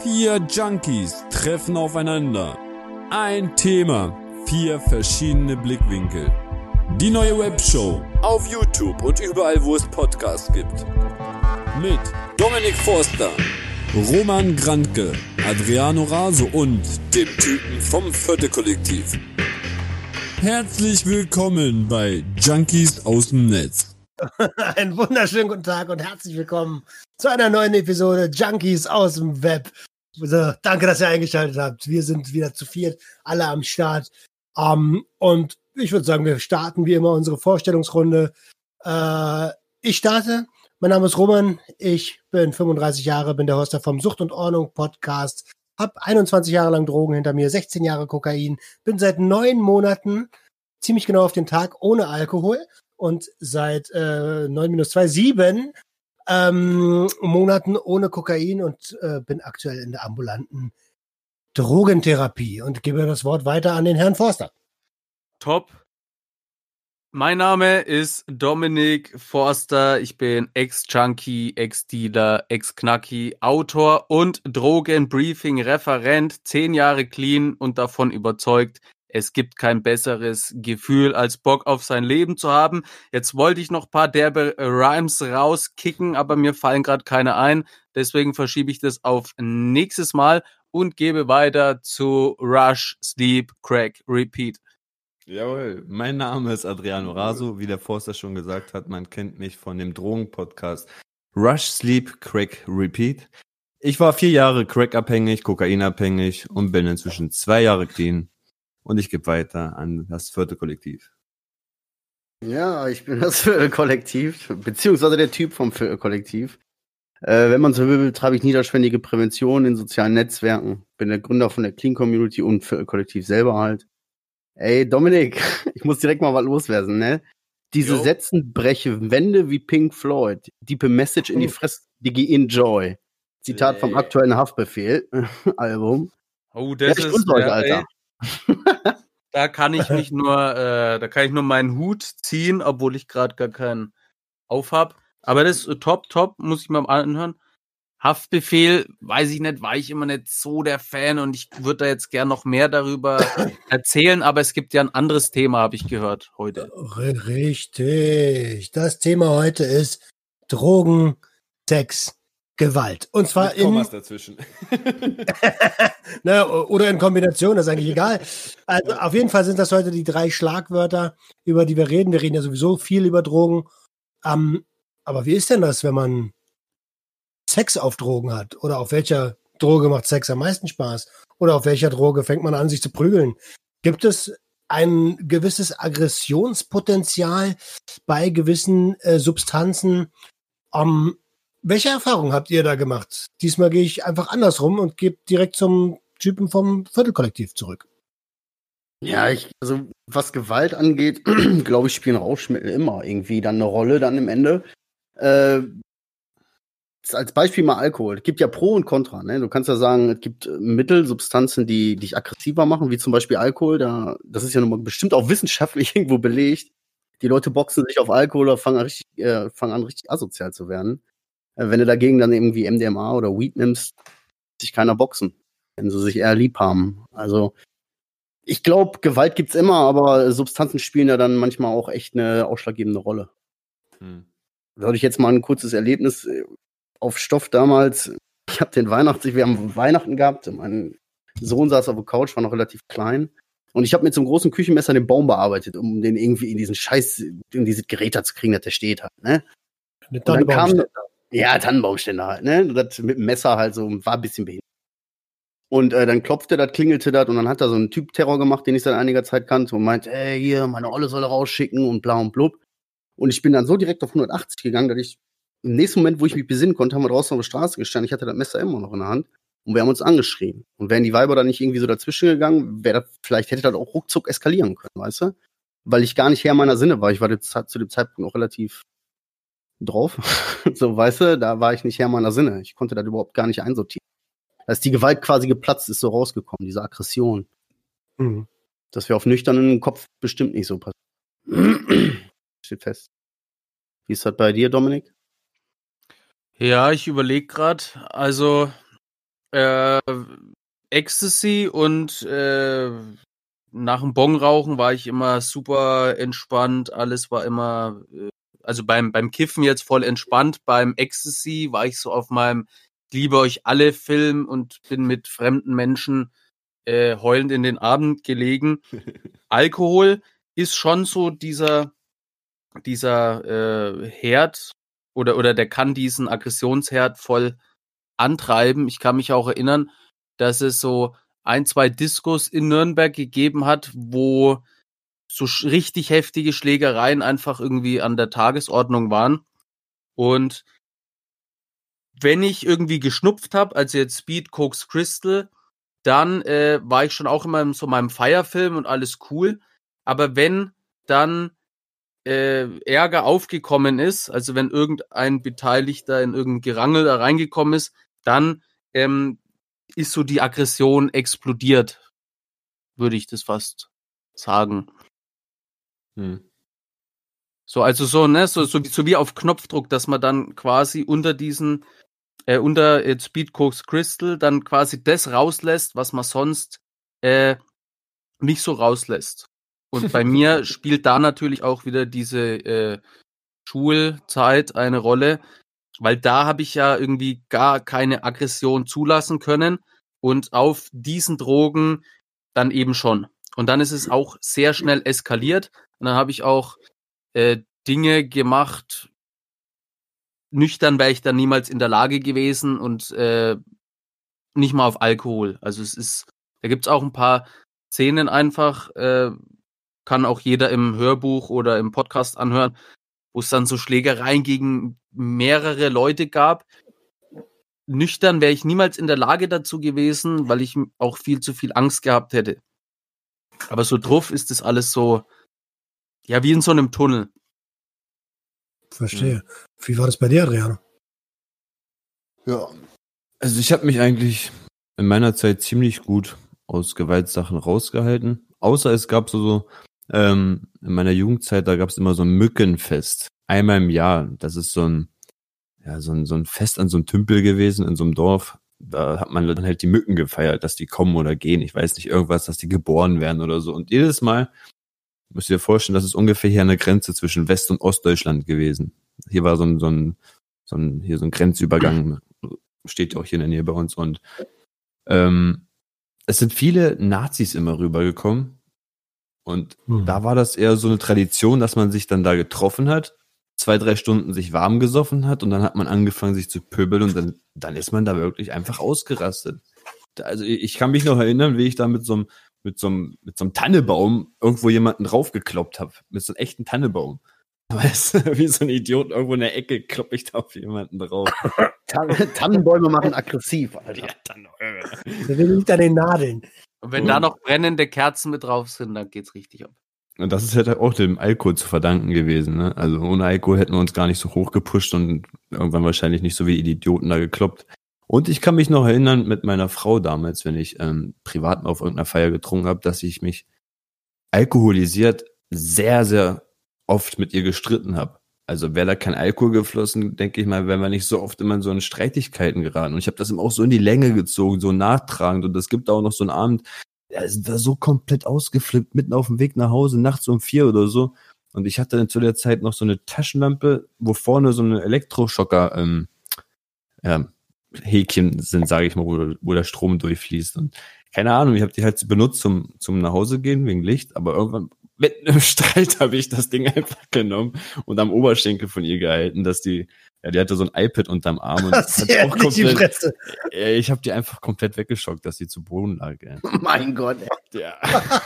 4 Junkies treffen aufeinander. Ein Thema, 4 verschiedene Blickwinkel. Die neue Webshow auf YouTube und überall, wo es Podcasts gibt. Mit Dominik Forster, Roman Grantke, Adriano Raso und dem Typen vom Viertel-Kollektiv. Herzlich willkommen bei Junkies aus dem Netz. Einen wunderschönen guten Tag und herzlich willkommen zu einer neuen Episode Junkies aus dem Web. So, danke, dass ihr eingeschaltet habt. Wir sind wieder zu viert, alle am Start. Und ich würde sagen, wir starten wie immer unsere Vorstellungsrunde. Ich starte. Mein Name ist Roman. Ich bin 35 Jahre, bin der Hoster vom Sucht und Ordnung Podcast. Hab 21 Jahre lang Drogen hinter mir, 16 Jahre Kokain. Bin seit 9 Monaten, ziemlich genau auf den Tag, ohne Alkohol. Und seit 7 Monaten ohne Kokain und bin aktuell in der ambulanten Drogentherapie und gebe das Wort weiter an den Herrn Forster. Top. Mein Name ist Dominik Forster. Ich bin Ex-Junkie, Ex-Dealer, Ex-Knacki, Autor und Drogenbriefing-Referent. 10 Jahre clean und davon überzeugt, es gibt kein besseres Gefühl, als Bock auf sein Leben zu haben. Jetzt wollte ich noch ein paar derbe Rhymes rauskicken, aber mir fallen gerade keine ein. Deswegen verschiebe ich das auf nächstes Mal und gebe weiter zu Rush, Sleep, Crack, Repeat. Jawohl, mein Name ist Adriano Raso. Wie der Forster schon gesagt hat, man kennt mich von dem Drogen-Podcast Rush, Sleep, Crack, Repeat. Ich war 4 Jahre crackabhängig, kokainabhängig und bin inzwischen 2 Jahre clean. Und ich gebe weiter an das Viertel-Kollektiv. Ja, ich bin das Viertel-Kollektiv, beziehungsweise der Typ vom Viertel-Kollektiv. Wenn man so will, betreibe ich niederschwellige Prävention in sozialen Netzwerken. Bin der Gründer von der Clean Community und Viertel-Kollektiv selber halt. Ey, Dominik, ich muss direkt mal was loswerden, ne? Diese Sätzen breche Wände wie Pink Floyd. Deepe Message in die Fresse, Digi Enjoy. Zitat vom aktuellen Haftbefehl Album. Oh, das ja, ist euch, Alter. Da kann ich nur meinen Hut ziehen, obwohl ich gerade gar keinen auf hab. Aber das ist top, muss ich mal anhören. Haftbefehl, weiß ich nicht, war ich immer nicht so der Fan und ich würde da jetzt gern noch mehr darüber erzählen, aber es gibt ja ein anderes Thema, habe ich gehört, heute. Richtig. Das Thema heute ist Drogen, Sex, Gewalt. Und zwar mit Kommas dazwischen. Oder in Kombination, das ist eigentlich egal. Also auf jeden Fall sind das heute die 3 Schlagwörter, über die wir reden. Wir reden ja sowieso viel über Drogen. Aber wie ist denn das, wenn man Sex auf Drogen hat? Oder auf welcher Droge macht Sex am meisten Spaß? Oder auf welcher Droge fängt man an, sich zu prügeln? Gibt es ein gewisses Aggressionspotenzial bei gewissen Substanzen? Welche Erfahrung habt ihr da gemacht? Diesmal gehe ich einfach andersrum und gebe direkt zum Typen vom Viertel-Kollektiv zurück. Ja, also was Gewalt angeht, glaube ich, spielen Rauschmittel immer irgendwie dann eine Rolle dann im Ende. Als Beispiel mal Alkohol. Es gibt ja Pro und Contra. Ne? Du kannst ja sagen, es gibt Mittel, Substanzen, die dich aggressiver machen, wie zum Beispiel Alkohol. Das ist ja nun mal bestimmt auch wissenschaftlich irgendwo belegt. Die Leute boxen sich auf Alkohol oder fangen an, richtig asozial zu werden. Wenn du dagegen dann irgendwie MDMA oder Weed nimmst, sich keiner boxen, wenn sie sich eher lieb haben. Also ich glaube, Gewalt gibt's immer, aber Substanzen spielen ja dann manchmal auch echt eine ausschlaggebende Rolle. Da hatte ich jetzt mal ein kurzes Erlebnis auf Stoff damals. Wir haben Weihnachten gehabt, mein Sohn saß auf der Couch, war noch relativ klein. Und ich habe mit so einem großen Küchenmesser den Baum bearbeitet, um den irgendwie in dieses Gerät da zu kriegen, dass der steht halt, ne? Tannenbaumständer halt, ne? Das mit dem Messer halt so, war ein bisschen behindert. Und dann klopfte das, klingelte das und dann hat da so ein Typ Terror gemacht, den ich seit einiger Zeit kannte und meinte, ey, hier, meine Olle soll rausschicken und bla und blub. Und ich bin dann so direkt auf 180 gegangen, dass ich im nächsten Moment, wo ich mich besinnen konnte, haben wir draußen auf der Straße gestanden. Ich hatte das Messer immer noch in der Hand und wir haben uns angeschrien. Und wären die Weiber da nicht irgendwie so dazwischen gegangen, vielleicht hätte das auch ruckzuck eskalieren können, weißt du? Weil ich gar nicht Herr meiner Sinne war. Ich war zu dem Zeitpunkt auch relativ drauf. So, weißt du, da war ich nicht Herr meiner Sinne. Ich konnte das überhaupt gar nicht einsortieren. Da ist die Gewalt quasi geplatzt, ist so rausgekommen, diese Aggression. Mhm. Das wäre auf nüchternen Kopf bestimmt nicht so passiert. Steht fest. Wie ist das bei dir, Dominik? Ja, ich überlege gerade, also Ecstasy und nach dem Bongrauchen war ich immer super entspannt. Alles war immer, also beim Kiffen jetzt voll entspannt. Beim Ecstasy war ich so auf meinem Ich liebe euch alle Film und bin mit fremden Menschen heulend in den Abend gelegen. Alkohol ist schon so dieser Herd oder der kann diesen Aggressionsherd voll antreiben. Ich kann mich auch erinnern, dass es so 1, 2 Diskos in Nürnberg gegeben hat, wo so richtig heftige Schlägereien einfach irgendwie an der Tagesordnung waren. Und wenn ich irgendwie geschnupft habe, also jetzt Speed, Koks, Crystal, dann war ich schon auch immer in so meinem Feierfilm und alles cool. Aber wenn dann Ärger aufgekommen ist, also wenn irgendein Beteiligter in irgendein Gerangel da reingekommen ist, dann ist so die Aggression explodiert, würde ich das fast sagen. So, also so, ne, so wie auf Knopfdruck, dass man dann quasi unter Speed, Koks, Crystal dann quasi das rauslässt, was man sonst nicht so rauslässt. Und bei mir spielt da natürlich auch wieder diese Schulzeit eine Rolle, weil da habe ich ja irgendwie gar keine Aggression zulassen können und auf diesen Drogen dann eben schon. Und dann ist es auch sehr schnell eskaliert und dann habe ich auch Dinge gemacht. Nüchtern wäre ich dann niemals in der Lage gewesen und nicht mal auf Alkohol. Also da gibt's auch ein paar Szenen einfach, kann auch jeder im Hörbuch oder im Podcast anhören, wo es dann so Schlägereien gegen mehrere Leute gab. Nüchtern wäre ich niemals in der Lage dazu gewesen, weil ich auch viel zu viel Angst gehabt hätte. Aber so drauf ist das alles so, ja, wie in so einem Tunnel. Verstehe. Wie war das bei dir, Adriano? Ja. Also ich habe mich eigentlich in meiner Zeit ziemlich gut aus Gewaltsachen rausgehalten. Außer es gab so in meiner Jugendzeit, da gab es immer so ein Mückenfest. Einmal im Jahr. Das ist so ein Fest an so einem Tümpel gewesen, in so einem Dorf. Da hat man dann halt die Mücken gefeiert, dass die kommen oder gehen. Ich weiß nicht, irgendwas, dass die geboren werden oder so. Und jedes Mal, müsst ihr dir vorstellen, das ist ungefähr hier an der Grenze zwischen West- und Ostdeutschland gewesen. Hier war so ein Grenzübergang, steht auch hier in der Nähe bei uns. Und es sind viele Nazis immer rübergekommen. Und da war das eher so eine Tradition, dass man sich dann da getroffen hat, 2, 3 Stunden sich warm gesoffen hat und dann hat man angefangen, sich zu pöbeln und dann ist man da wirklich einfach ausgerastet. Also ich kann mich noch erinnern, wie ich da mit so einem Tannebaum irgendwo jemanden draufgekloppt habe. Mit so einem echten Tannebaum. Weißt du, wie so ein Idiot irgendwo in der Ecke kloppe ich da auf jemanden drauf. Tannenbäume machen aggressiv, Alter. Der will nicht an den Nadeln. Und wenn da noch brennende Kerzen mit drauf sind, dann geht's richtig ab. Und das ist halt auch dem Alkohol zu verdanken gewesen, ne? Also ohne Alkohol hätten wir uns gar nicht so hochgepusht und irgendwann wahrscheinlich nicht so wie Idioten da gekloppt. Und ich kann mich noch erinnern mit meiner Frau damals, wenn ich privat mal auf irgendeiner Feier getrunken habe, dass ich mich alkoholisiert sehr, sehr oft mit ihr gestritten habe. Also wäre da kein Alkohol geflossen, denke ich mal, wären wir nicht so oft immer in so in Streitigkeiten geraten. Und ich habe das immer auch so in die Länge gezogen, so nachtragend. Und es gibt auch noch so einen Abend, da sind wir so komplett ausgeflippt, mitten auf dem Weg nach Hause, nachts um 4 oder so. Und ich hatte zu der Zeit noch so eine Taschenlampe, wo vorne so eine Elektroschocker Häkchen sind, sage ich mal, wo der Strom durchfließt. Und keine Ahnung, ich habe die halt benutzt zum nach Hause gehen wegen Licht, aber irgendwann mitten im Streit habe ich das Ding einfach genommen und am Oberschenkel von ihr gehalten, dass die hatte so ein iPad unterm Arm und hat auch komplett, ich habe die einfach komplett weggeschockt, dass sie zu Boden lag. Ey. Oh mein Gott. Ja.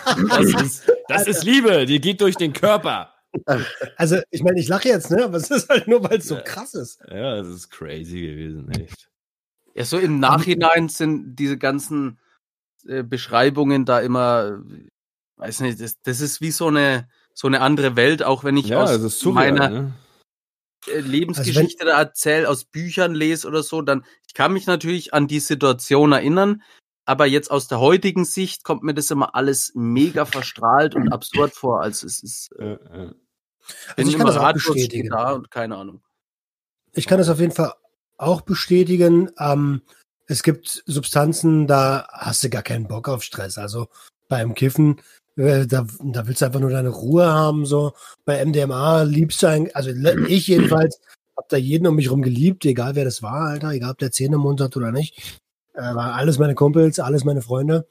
Das ist Liebe, die geht durch den Körper. Also, ich meine, ich lache jetzt, ne? Aber es ist halt nur, weil es so krass ist. Ja, das ist crazy gewesen, echt. Ja, so im Nachhinein sind diese ganzen Beschreibungen da immer, weiß nicht, das ist wie so eine andere Welt, auch wenn ich aus meiner Lebensgeschichte da erzähle, aus Büchern lese oder so, dann, ich kann mich natürlich an die Situation erinnern, aber jetzt aus der heutigen Sicht kommt mir das immer alles mega verstrahlt und absurd vor, also es ist, also ich kann das auch bestätigen. Da und keine Ahnung. Ich kann das auf jeden Fall auch bestätigen. es gibt Substanzen, da hast du gar keinen Bock auf Stress. Also beim Kiffen, da willst du einfach nur deine Ruhe haben. So bei MDMA liebst du eigentlich, also ich jedenfalls hab da jeden um mich rum geliebt, egal wer das war, Alter, egal ob der Zähne im Mund hat oder nicht. Waren alles meine Kumpels, alles meine Freunde.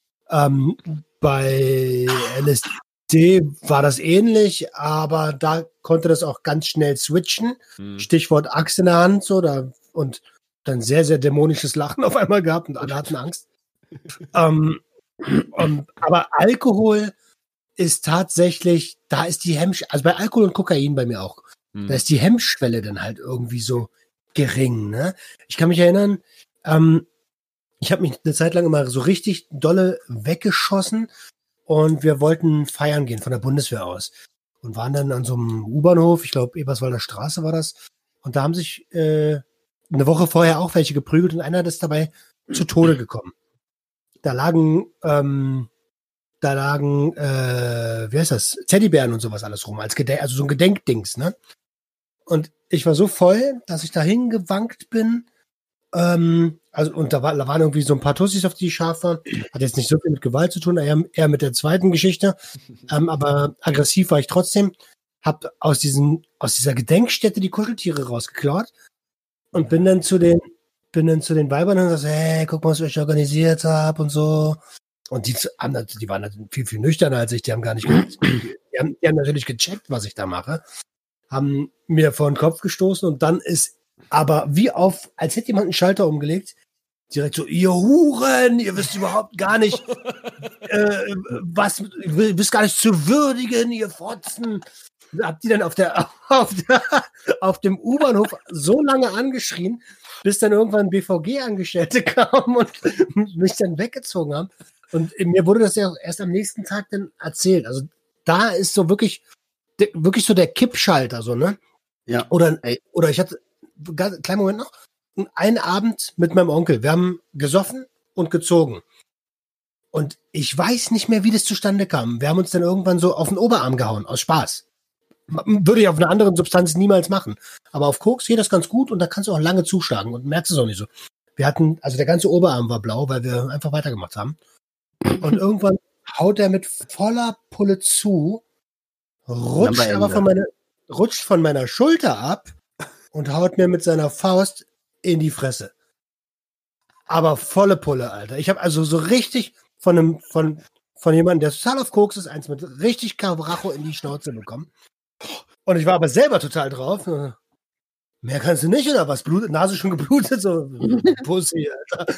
Bei LSD war das ähnlich, aber da konnte das auch ganz schnell switchen. Stichwort Axt in der Hand, so, und dann sehr, sehr dämonisches Lachen auf einmal gehabt und alle hatten Angst. Aber Alkohol ist tatsächlich, da ist die Hemmschwelle, also bei Alkohol und Kokain bei mir auch, da ist die Hemmschwelle dann halt irgendwie so gering, ne? Ich kann mich erinnern, ich habe mich eine Zeit lang immer so richtig dolle weggeschossen und wir wollten feiern gehen von der Bundeswehr aus und waren dann an so einem U-Bahnhof, ich glaube Eberswalder Straße war das, und da haben sich eine Woche vorher auch welche geprügelt und einer ist dabei zu Tode gekommen. Da lagen, wie heißt das, Teddybären und sowas alles rum, also so ein Gedenkdings, ne? Und ich war so voll, dass ich da hingewankt bin. Und da waren irgendwie so ein paar Tussis, auf die ich scharf war. Hat jetzt nicht so viel mit Gewalt zu tun, eher mit der zweiten Geschichte. Aber aggressiv war ich trotzdem. Hab aus dieser Gedenkstätte die Kuscheltiere rausgeklaut und bin dann zu den Weibern und gesagt, hey, guck mal, was ich euch organisiert habe und so. Und die waren natürlich viel, viel nüchterner als ich. Die haben gar nicht die haben natürlich gecheckt, was ich da mache. Haben mir vor den Kopf gestoßen und dann ist aber als hätte jemand einen Schalter umgelegt, direkt so, ihr Huren, ihr wisst überhaupt gar nicht, ihr wisst gar nicht zu würdigen, ihr Fotzen. Hab die dann auf dem U-Bahnhof so lange angeschrien, bis dann irgendwann BVG-Angestellte kamen und mich dann weggezogen haben. Und mir wurde das ja erst am nächsten Tag dann erzählt. Also da ist so wirklich so der Kippschalter, so, ne? Ja. Oder ich hatte, kleinen Moment noch, einen Abend mit meinem Onkel. Wir haben gesoffen und gezogen. Und ich weiß nicht mehr, wie das zustande kam. Wir haben uns dann irgendwann so auf den Oberarm gehauen, aus Spaß. Würde ich auf einer anderen Substanz niemals machen. Aber auf Koks geht das ganz gut und da kannst du auch lange zuschlagen und merkst es auch nicht so. Also der ganze Oberarm war blau, weil wir einfach weitergemacht haben. Und irgendwann haut er mit voller Pulle zu, rutscht von meiner Schulter ab und haut mir mit seiner Faust in die Fresse. Aber volle Pulle, Alter. Ich habe also so richtig von jemandem, der total auf Koks ist, eins mit richtig Karacho in die Schnauze bekommen. Und ich war aber selber total drauf. Mehr kannst du nicht, oder was? Nase schon geblutet? So, Pussy, Alter.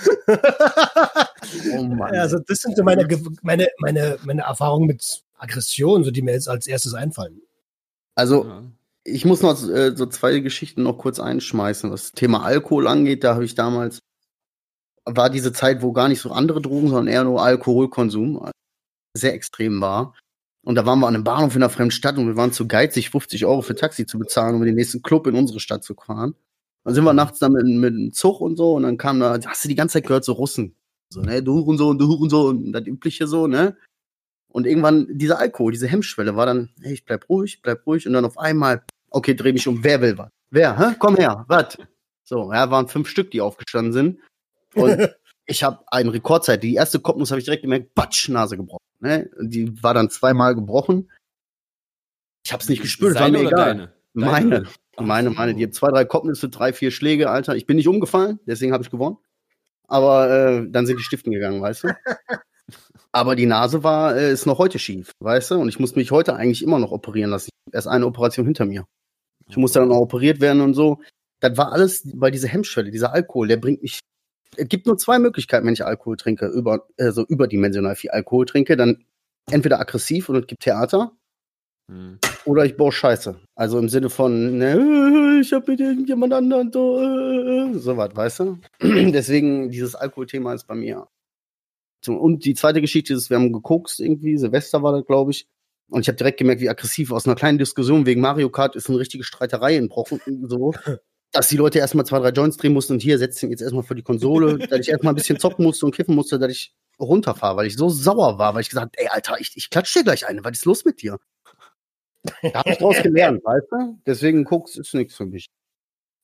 Oh Mann. Also das sind so meine Erfahrungen mit Aggression, so die mir jetzt als erstes einfallen. Also, ich muss noch so zwei Geschichten noch kurz einschmeißen. Was das Thema Alkohol angeht, da habe ich damals, war diese Zeit, wo gar nicht so andere Drogen, sondern eher nur Alkoholkonsum sehr extrem war. Und da waren wir an einem Bahnhof in einer fremden Stadt und wir waren zu geizig, 50 € für Taxi zu bezahlen, um in den nächsten Club in unsere Stadt zu fahren. Dann sind wir nachts da mit dem Zug und so und dann kam da, hast du die ganze Zeit gehört, so Russen. So, ne, du Hurensohn und das Übliche so, ne? Und irgendwann dieser Alkohol, diese Hemmschwelle war dann, hey, ich bleib ruhig. Und dann auf einmal, okay, dreh mich um, wer will was? Wer, hä? Komm her, was? So, ja, waren 5 Stück, die aufgestanden sind. Und ich habe eine Rekordzeit. Die erste Kopfnuss habe ich direkt gemerkt, Batsch, Nase gebrochen. Ne? Die war dann 2-mal gebrochen. Ich habe es nicht gespürt, das war mir egal. Meine. Die hat 2, 3 Kopfnüsse, 3, 4 Schläge, Alter. Ich bin nicht umgefallen, deswegen habe ich gewonnen. Aber dann sind die Stiften gegangen, weißt du? Aber die Nase ist noch heute schief, weißt du? Und ich muss mich heute eigentlich immer noch operieren lassen. Erst eine Operation hinter mir. Ich musste dann auch operiert werden und so. Das war alles, weil diese Hemmschwelle, dieser Alkohol, der bringt mich. Es gibt nur 2 Möglichkeiten, wenn ich Alkohol trinke, überdimensional viel Alkohol trinke, dann entweder aggressiv und es gibt Theater, oder ich baue Scheiße. Also im Sinne von, ne, ich hab mit jemand anderen so was, weißt du? Deswegen, dieses Alkoholthema ist bei mir. Und die zweite Geschichte ist, wir haben gekokst irgendwie, Silvester war das, glaube ich. Und ich habe direkt gemerkt, wie aggressiv aus einer kleinen Diskussion wegen Mario Kart ist eine richtige Streiterei entbrochen. So, dass die Leute erstmal 2, 3 Joints drehen mussten und hier setzt ihn jetzt erstmal vor die Konsole, dass ich erstmal ein bisschen zocken musste und kiffen musste, dass ich runterfahre, weil ich so sauer war, weil ich gesagt habe, ey, Alter, ich klatsche dir gleich eine, was ist los mit dir? Da habe ich draus gelernt, weißt du? Deswegen Koks ist nichts für mich.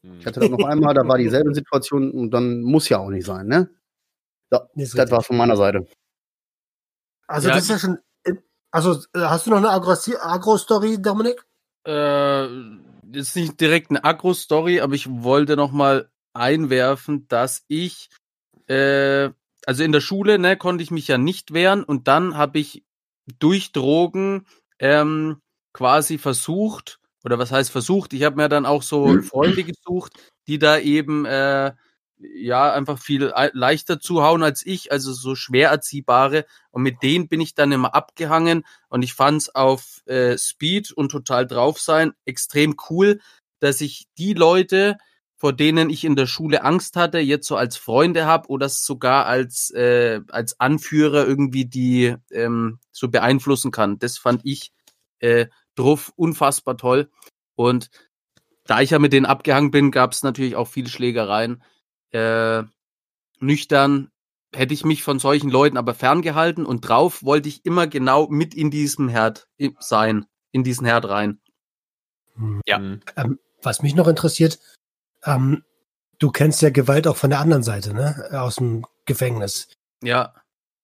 Ich hatte das noch einmal, da war dieselbe Situation und dann muss ja auch nicht sein, ne? Ja, das war's von meiner Seite. Also Ja, das ist ja schon. Also hast du noch eine Agro-Story, Dominik? Jetzt nicht direkt eine Agro-Story, aber ich wollte noch mal einwerfen, dass ich, also in der Schule, ne, konnte ich mich ja nicht wehren und dann habe ich durch Drogen quasi versucht, oder was heißt versucht, ich habe mir dann auch so Freunde gesucht, die da eben ja einfach viel leichter zuhauen als ich, also so schwer erziehbare, und mit denen bin ich dann immer abgehangen und ich fand's auf Speed und total drauf sein extrem cool, dass ich die Leute, vor denen ich in der Schule Angst hatte, jetzt so als Freunde habe oder sogar als Anführer irgendwie die so beeinflussen kann. Das fand ich drauf unfassbar toll. Und da ich ja mit denen abgehangen bin, gab es natürlich auch viele Schlägereien. Nüchtern hätte ich mich von solchen Leuten aber ferngehalten und drauf wollte ich immer genau mit in diesem Herd sein, in diesen Herd rein. Ja. Was mich noch interessiert, du kennst ja Gewalt auch von der anderen Seite, ne? Aus dem Gefängnis. Ja.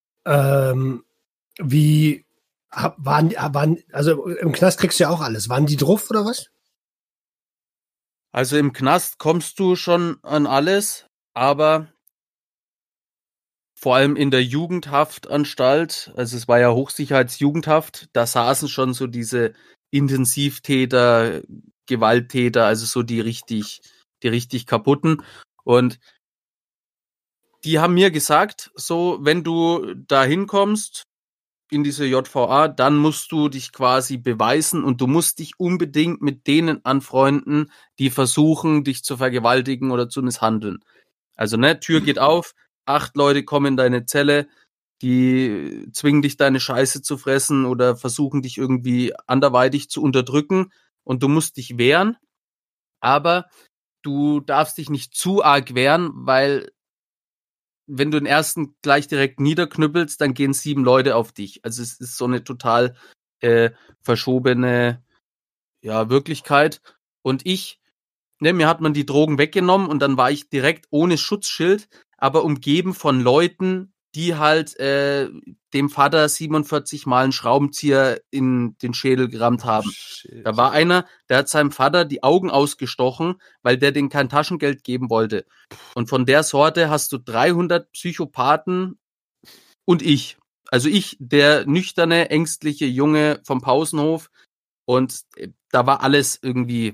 Wie waren, also im Knast kriegst du ja auch alles. Waren die drauf oder was? Also im Knast kommst du schon an alles, aber vor allem in der Jugendhaftanstalt, also es war ja Hochsicherheitsjugendhaft, da saßen schon so diese Intensivtäter, Gewalttäter, also so die richtig kaputten. Und die haben mir gesagt, so, wenn du da hinkommst in diese JVA, dann musst du dich quasi beweisen und du musst dich unbedingt mit denen anfreunden, die versuchen, dich zu vergewaltigen oder zu misshandeln. Also, ne, Tür geht auf, 8 Leute kommen in deine Zelle, die zwingen dich, deine Scheiße zu fressen oder versuchen, dich irgendwie anderweitig zu unterdrücken und du musst dich wehren, aber du darfst dich nicht zu arg wehren, weil wenn du den ersten gleich direkt niederknüppelst, dann gehen 7 Leute auf dich. Also es ist so eine total verschobene Wirklichkeit. Und mir hat man die Drogen weggenommen und dann war ich direkt ohne Schutzschild, aber umgeben von Leuten, die halt dem Vater 47 Mal einen Schraubenzieher in den Schädel gerammt haben. Shit. Da war einer, der hat seinem Vater die Augen ausgestochen, weil der denen kein Taschengeld geben wollte. Und von der Sorte hast du 300 Psychopathen und ich. Also ich, der nüchterne, ängstliche Junge vom Pausenhof. Und da war alles irgendwie,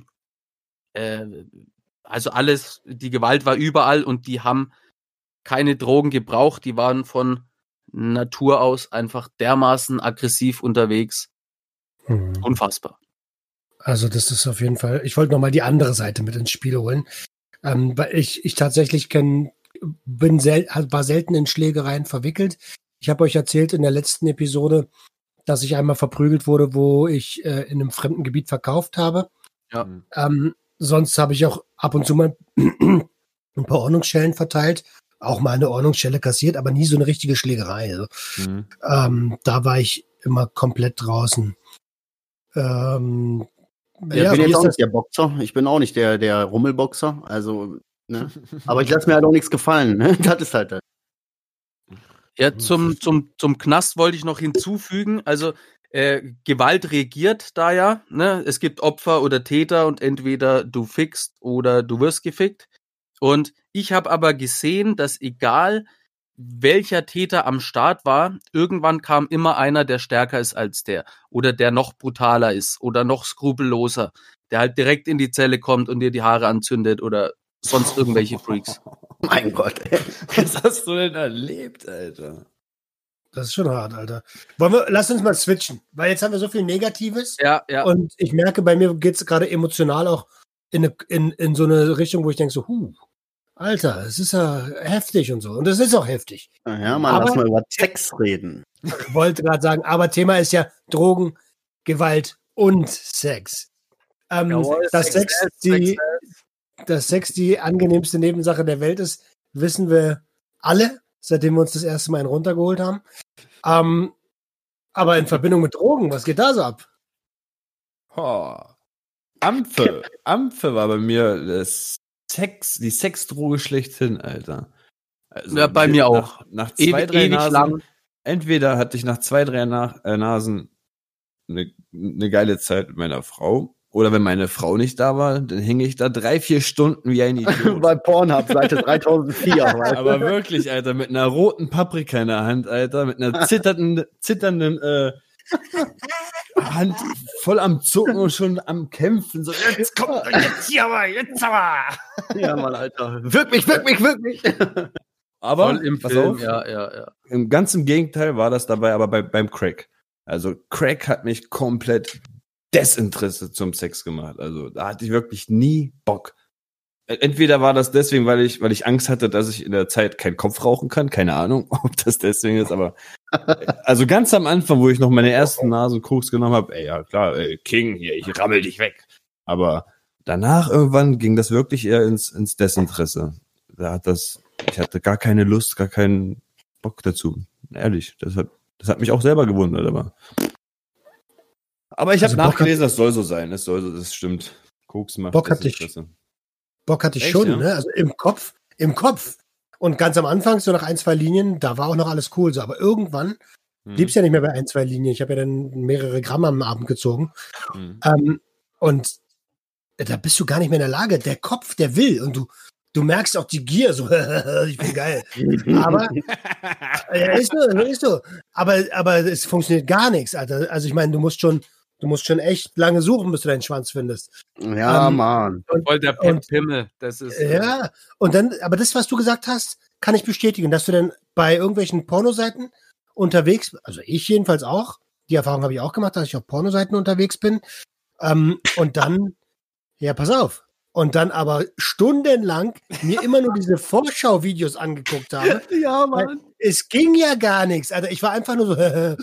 also alles, die Gewalt war überall und die haben keine Drogen gebraucht. Die waren von Natur aus einfach dermaßen aggressiv unterwegs. Unfassbar. Also das ist auf jeden Fall, ich wollte nochmal die andere Seite mit ins Spiel holen. Weil ich tatsächlich war selten in Schlägereien verwickelt. Ich habe euch erzählt in der letzten Episode, dass ich einmal verprügelt wurde, wo ich in einem fremden Gebiet verkauft habe. Ja. Sonst habe ich auch ab und zu mal ein paar Ordnungsschellen verteilt, auch mal eine Ordnungsschelle kassiert, aber nie so eine richtige Schlägerei. Also, da war ich immer komplett draußen. Ich bin jetzt auch nicht der Boxer. Ich bin auch nicht der Rummelboxer. Also, ne? Aber ich lasse mir halt auch nichts gefallen. Ne? Das ist halt das. Ja, zum Knast wollte ich noch hinzufügen, also Gewalt regiert da ja, ne? Es gibt Opfer oder Täter und entweder du fickst oder du wirst gefickt. Und ich habe aber gesehen, dass egal welcher Täter am Start war, irgendwann kam immer einer, der stärker ist als der oder der noch brutaler ist oder noch skrupelloser, der halt direkt in die Zelle kommt und dir die Haare anzündet oder sonst irgendwelche Freaks. Mein Gott, ey. Was hast du denn erlebt, Alter? Das ist schon hart, Alter. Lass uns mal switchen, weil jetzt haben wir so viel Negatives. Ja. Und ich merke, bei mir geht es gerade emotional auch in so eine Richtung, wo ich denke so, Alter, es ist ja heftig und so. Und es ist auch heftig. Ja, lass mal über Sex reden. Ich wollte gerade sagen, aber Thema ist ja Drogen, Gewalt und Sex. Dass Sex die angenehmste Nebensache der Welt ist, wissen wir alle, seitdem wir uns das erste Mal einen runtergeholt haben. Aber in Verbindung mit Drogen, was geht da so ab? Ampfe war bei mir das die Sexdroge schlechthin, Alter. Also, Ja, bei mir auch. Nach 2-3 ewig Nasen. lang. Entweder hatte ich nach 2-3 Nasen eine geile Zeit mit meiner Frau, oder wenn meine Frau nicht da war, dann hänge ich da 3-4 Stunden wie ein Idiot. Bei Pornhub, Seite 3004. Weißt Aber wirklich, Alter, mit einer roten Paprika in der Hand, Alter, mit einer zitternden Hand voll am Zucken und schon am Kämpfen. So, jetzt kommt, jetzt hier aber, jetzt aber. Ja, Mann, Alter. Wirk mich. Aber, Voll im pass Film, auf, ja. ganz im Gegenteil war das dabei, aber beim Crack. Also Crack hat mich komplett Desinteresse zum Sex gemacht. Also da hatte ich wirklich nie Bock. Entweder war das deswegen, weil ich Angst hatte, dass ich in der Zeit keinen Kopf rauchen kann. Keine Ahnung, ob das deswegen ist, aber also ganz am Anfang, wo ich noch meine ersten Nasenkoks genommen habe, ey, ja klar, King, hier, ich rammel dich weg. Aber danach irgendwann ging das wirklich eher ins Desinteresse. Ich hatte gar keine Lust, gar keinen Bock dazu. Ehrlich, das hat mich auch selber gewundert, aber ich habe nachgelesen, das soll so sein. Das stimmt. Koks macht Bock hatte ich Echt, schon, ja? ne? Also im Kopf. Und ganz am Anfang, so nach 1-2 Linien, da war auch noch alles cool. So. Aber irgendwann blieb's ja nicht mehr bei 1-2 Linien. Ich habe ja dann mehrere Gramm am Abend gezogen. Und da bist du gar nicht mehr in der Lage. Der Kopf, der will. Und du merkst auch die Gier, so, ich bin geil. Aber, ja, ist so. Aber es funktioniert gar nichts, Alter. Also ich meine, du musst schon echt lange suchen, bis du deinen Schwanz findest. Ja, Mann. Voll der Pimmel. Das ist. Ja, und dann, aber das, was du gesagt hast, kann ich bestätigen, dass du dann bei irgendwelchen Pornoseiten unterwegs, also ich jedenfalls auch, die Erfahrung habe ich auch gemacht, dass ich auf Pornoseiten unterwegs bin. Und dann, ja, pass auf. Und dann aber stundenlang mir immer nur diese Vorschau-Videos angeguckt habe. Ja, Mann. Es ging ja gar nichts. Also ich war einfach nur so.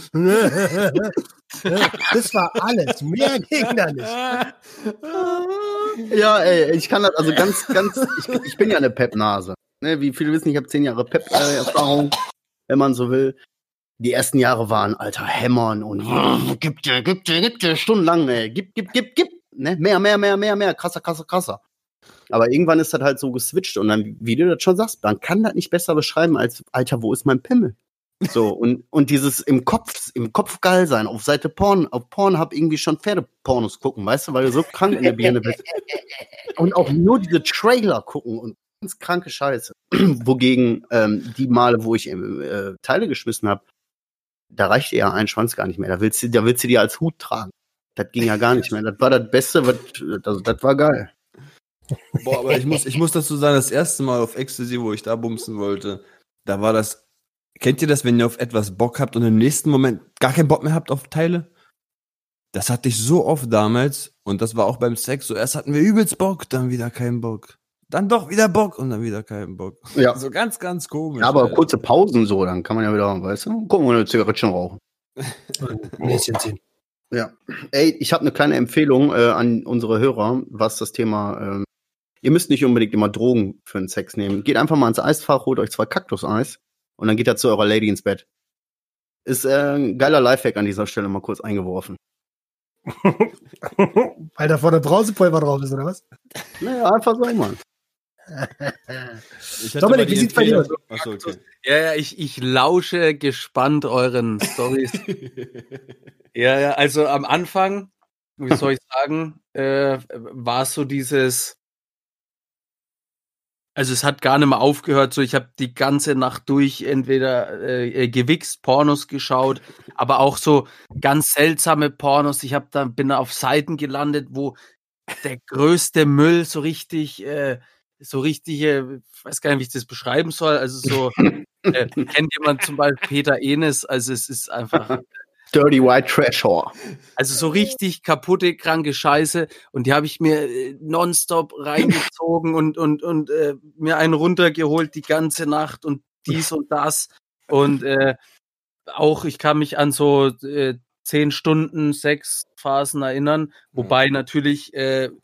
Das war alles. Mehr ging da nicht. Ja, ey, ich kann das, also ganz, ich bin ja eine Pep-Nase. Ne, wie viele wissen, ich habe 10 Jahre Pep-Erfahrung, wenn man so will. Die ersten Jahre waren, Alter, hämmern und gib dir, stundenlang, ey, gib. Ne? Mehr, krasser. Aber irgendwann ist das halt so geswitcht und dann, wie du das schon sagst, man kann das nicht besser beschreiben als, Alter, wo ist mein Pimmel? So, und dieses im Kopf geil sein, auf Pornhub irgendwie schon Pferdepornos gucken, weißt du, weil du so krank in der Birne bist. Und auch nur diese Trailer gucken und ganz kranke Scheiße. Wogegen die Male, wo ich Teile geschmissen habe, da reichte ja ein Schwanz gar nicht mehr. Da willst du die als Hut tragen. Das ging ja gar nicht mehr. Das war das Beste, das war geil. Boah, aber ich muss dazu sagen, das erste Mal auf Ecstasy, wo ich da bumsen wollte, da war das, kennt ihr das, wenn ihr auf etwas Bock habt und im nächsten Moment gar keinen Bock mehr habt auf Teile? Das hatte ich so oft damals und das war auch beim Sex so, erst hatten wir übelst Bock, dann wieder keinen Bock. Dann doch wieder Bock und dann wieder keinen Bock. Ja. So ganz, ganz komisch. Ja, aber Alter. kurze Pausen so, dann kann man ja wieder, weißt du, gucken wir eine Zigarettchen rauchen. Näschen ziehen. Ja. Ey, ich habe eine kleine Empfehlung an unsere Hörer, was das Thema, ihr müsst nicht unbedingt immer Drogen für den Sex nehmen. Geht einfach mal ins Eisfach, holt euch 2 Kaktuseis und dann geht ihr zu eurer Lady ins Bett. Ist ein geiler Lifehack an dieser Stelle mal kurz eingeworfen. Weil da vorne Brausepulver drauf ist, oder was? Naja, einfach so, Mann. Dominik, wie sieht's bei dir aus? Achso, okay. Ja, ich lausche gespannt euren Stories. Ja, also am Anfang, wie soll ich sagen, war so dieses, also es hat gar nicht mehr aufgehört, so ich habe die ganze Nacht durch entweder gewichst, Pornos geschaut, aber auch so ganz seltsame Pornos. Bin auf Seiten gelandet, wo der größte Müll so richtige, ich weiß gar nicht, wie ich das beschreiben soll, also so, kennt jemand zum Beispiel Peter Enes, also es ist einfach Dirty White Trash Whore. Also so richtig kaputte, kranke Scheiße. Und die habe ich mir nonstop reingezogen und mir einen runtergeholt die ganze Nacht und dies und das. Und auch, ich kann mich an so 10 Stunden Sexphasen erinnern, wobei natürlich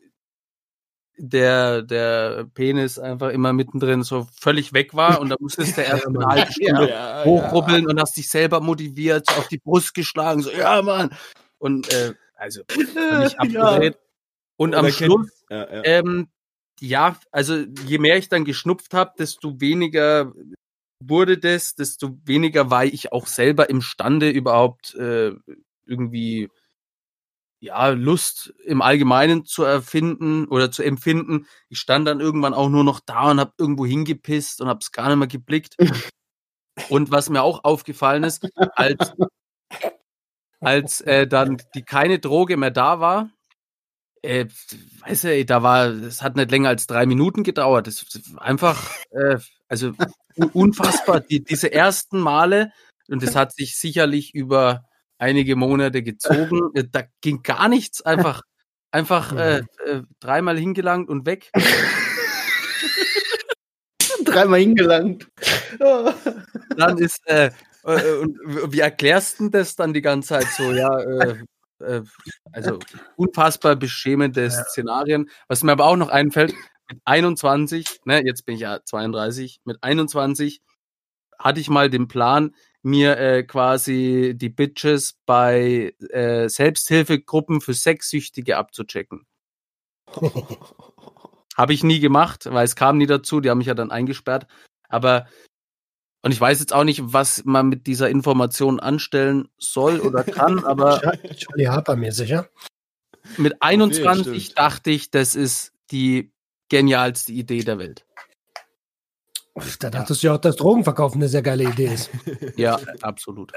der Penis einfach immer mittendrin so völlig weg war und da musstest du erst eine halbe Stunde hochrubbeln und hast dich selber motiviert, auf die Brust geschlagen, so, ja, Mann. Und also völlig abgedreht. Und am Schluss ja, also je mehr ich dann geschnupft habe, desto weniger wurde das, desto weniger war ich auch selber imstande, überhaupt irgendwie Lust im Allgemeinen zu erfinden oder zu empfinden. Ich stand dann irgendwann auch nur noch da und habe irgendwo hingepisst und habe es gar nicht mehr geblickt. Und was mir auch aufgefallen ist, als dann keine Droge mehr da war, weißt du, es hat nicht länger als 3 Minuten gedauert. Das war einfach, also unfassbar. Diese ersten Male, und das hat sich sicherlich über einige Monate gezogen, da ging gar nichts, einfach 3-mal hingelangt und weg. 3-mal hingelangt. Dann ist, und wie erklärst du das dann die ganze Zeit so? Also unfassbar beschämende Szenarien. Was mir aber auch noch einfällt, mit 21, ne, jetzt bin ich ja 32, mit 21 hatte ich mal den Plan, mir quasi die Bitches bei Selbsthilfegruppen für Sexsüchtige abzuchecken. Habe ich nie gemacht, weil es kam nie dazu, die haben mich ja dann eingesperrt. Und ich weiß jetzt auch nicht, was man mit dieser Information anstellen soll oder kann, aber Charlie Harper mir sicher. Mit 21 dachte ich, das ist die genialste Idee der Welt. Da dachtest du ja auch, dass Drogenverkaufen eine sehr geile Idee ist. Ja, absolut.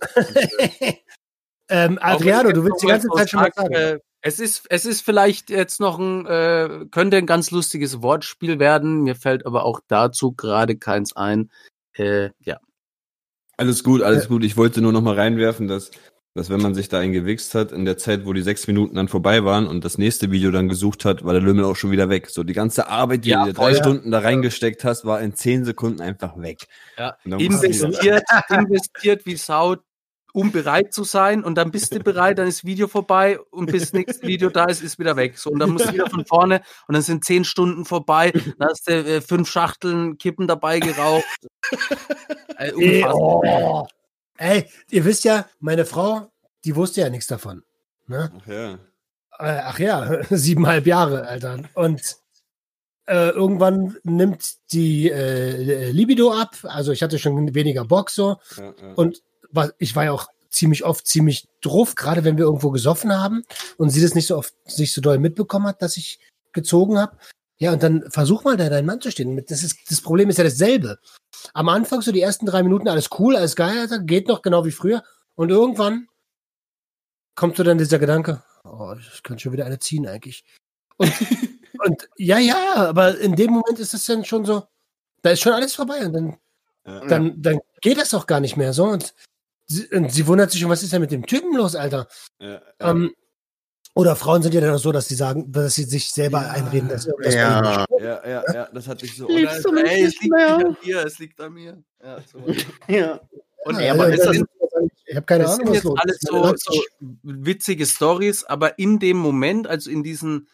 Adriano, du willst die ganze Zeit schon mal sagen. Es ist vielleicht jetzt noch könnte ein ganz lustiges Wortspiel werden. Mir fällt aber auch dazu gerade keins ein. Ja. Alles gut. Ich wollte nur noch mal reinwerfen, dass wenn man sich da eingewichst hat, in der Zeit, wo die 6 Minuten dann vorbei waren und das nächste Video dann gesucht hat, war der Lümmel auch schon wieder weg. So die ganze Arbeit, die du 3 Stunden da reingesteckt hast, war in 10 Sekunden einfach weg. Ja. Investiert wie Sau, um bereit zu sein, und dann bist du bereit, dann ist das Video vorbei und bis das nächste Video da ist wieder weg. So, und dann musst du wieder von vorne und dann sind 10 Stunden vorbei, dann hast du 5 Schachteln Kippen dabei geraucht. Unfassbar. Ey, ihr wisst ja, meine Frau, die wusste ja nichts davon. Ne? Ach ja, 7,5 Jahre, Alter. Und irgendwann nimmt die Libido ab. Also ich hatte schon weniger Bock so. Ja. Und ich war ja auch ziemlich oft ziemlich drauf, gerade wenn wir irgendwo gesoffen haben und sie das nicht so doll mitbekommen hat, dass ich gezogen habe. Ja, und dann versuch mal da dein Mann zu stehen. Das Problem ist ja dasselbe. Am Anfang so die ersten 3 Minuten, alles cool, alles geil, Alter, geht noch genau wie früher. Und irgendwann kommt so dann dieser Gedanke, ich könnte schon wieder eine ziehen eigentlich. Und ja, aber in dem Moment ist es dann schon so, da ist schon alles vorbei und dann geht das auch gar nicht mehr so. Und sie wundert sich schon, was ist denn mit dem Typen los, Alter? Ja. Oder Frauen sind ja dann auch so, dass sie sagen, dass sie sich selber einreden, dass irgendwas Ja, das hatte ich so. Es liegt an mir. Ja, so. Ja. Und ich habe keine Ahnung, was los ist. Alles so witzige Storys, aber in dem Moment, also in diesen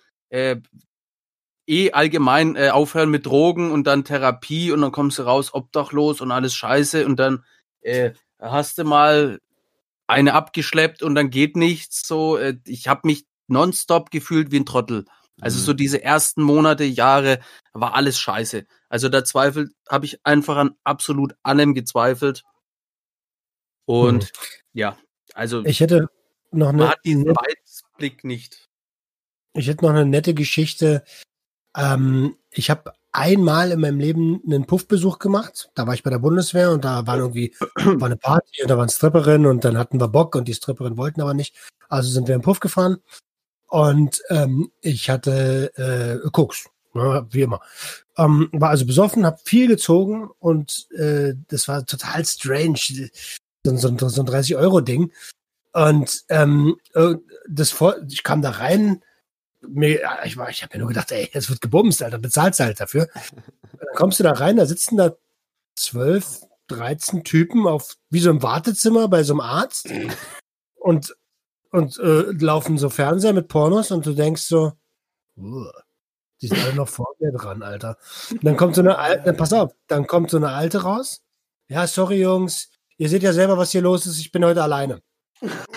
allgemein aufhören mit Drogen und dann Therapie und dann kommst du raus, obdachlos und alles scheiße und dann hast du mal eine abgeschleppt und dann geht nichts. So, ich habe mich nonstop gefühlt wie ein Trottel. Also so diese ersten Monate, Jahre war alles scheiße. Also da habe ich einfach an absolut allem gezweifelt. Und also ich hätte noch man hat diesen Weitblick nicht. Ich hätte noch eine nette Geschichte. Ich habe einmal in meinem Leben einen Puffbesuch gemacht. Da war ich bei der Bundeswehr und da war eine Party und da waren Stripperinnen und dann hatten wir Bock und die Stripperinnen wollten aber nicht. Also sind wir im Puff gefahren und ich hatte Koks, wie immer. War also besoffen, habe viel gezogen und das war total strange. So ein 30-Euro-Ding. Und ich kam da rein. Ich habe mir nur gedacht, ey, es wird gebumst, Alter, bezahlst du halt dafür. Dann kommst du da rein, da sitzen da 12, 13 Typen wie so im Wartezimmer bei so einem Arzt und laufen so Fernseher mit Pornos und du denkst so, die sind alle noch vor mir dran, Alter. Und dann kommt so eine Alte raus. Ja, sorry, Jungs, ihr seht ja selber, was hier los ist, ich bin heute alleine.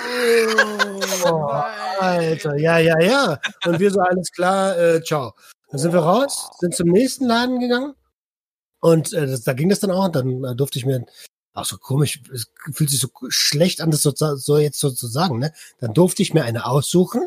Oh, Alter, ja. Und wir so, alles klar, ciao. Dann sind wir raus, sind zum nächsten Laden gegangen und da ging das dann auch. Und dann durfte ich mir, auch so komisch, es fühlt sich so schlecht an, das so jetzt so zu sagen, ne? Dann durfte ich mir eine aussuchen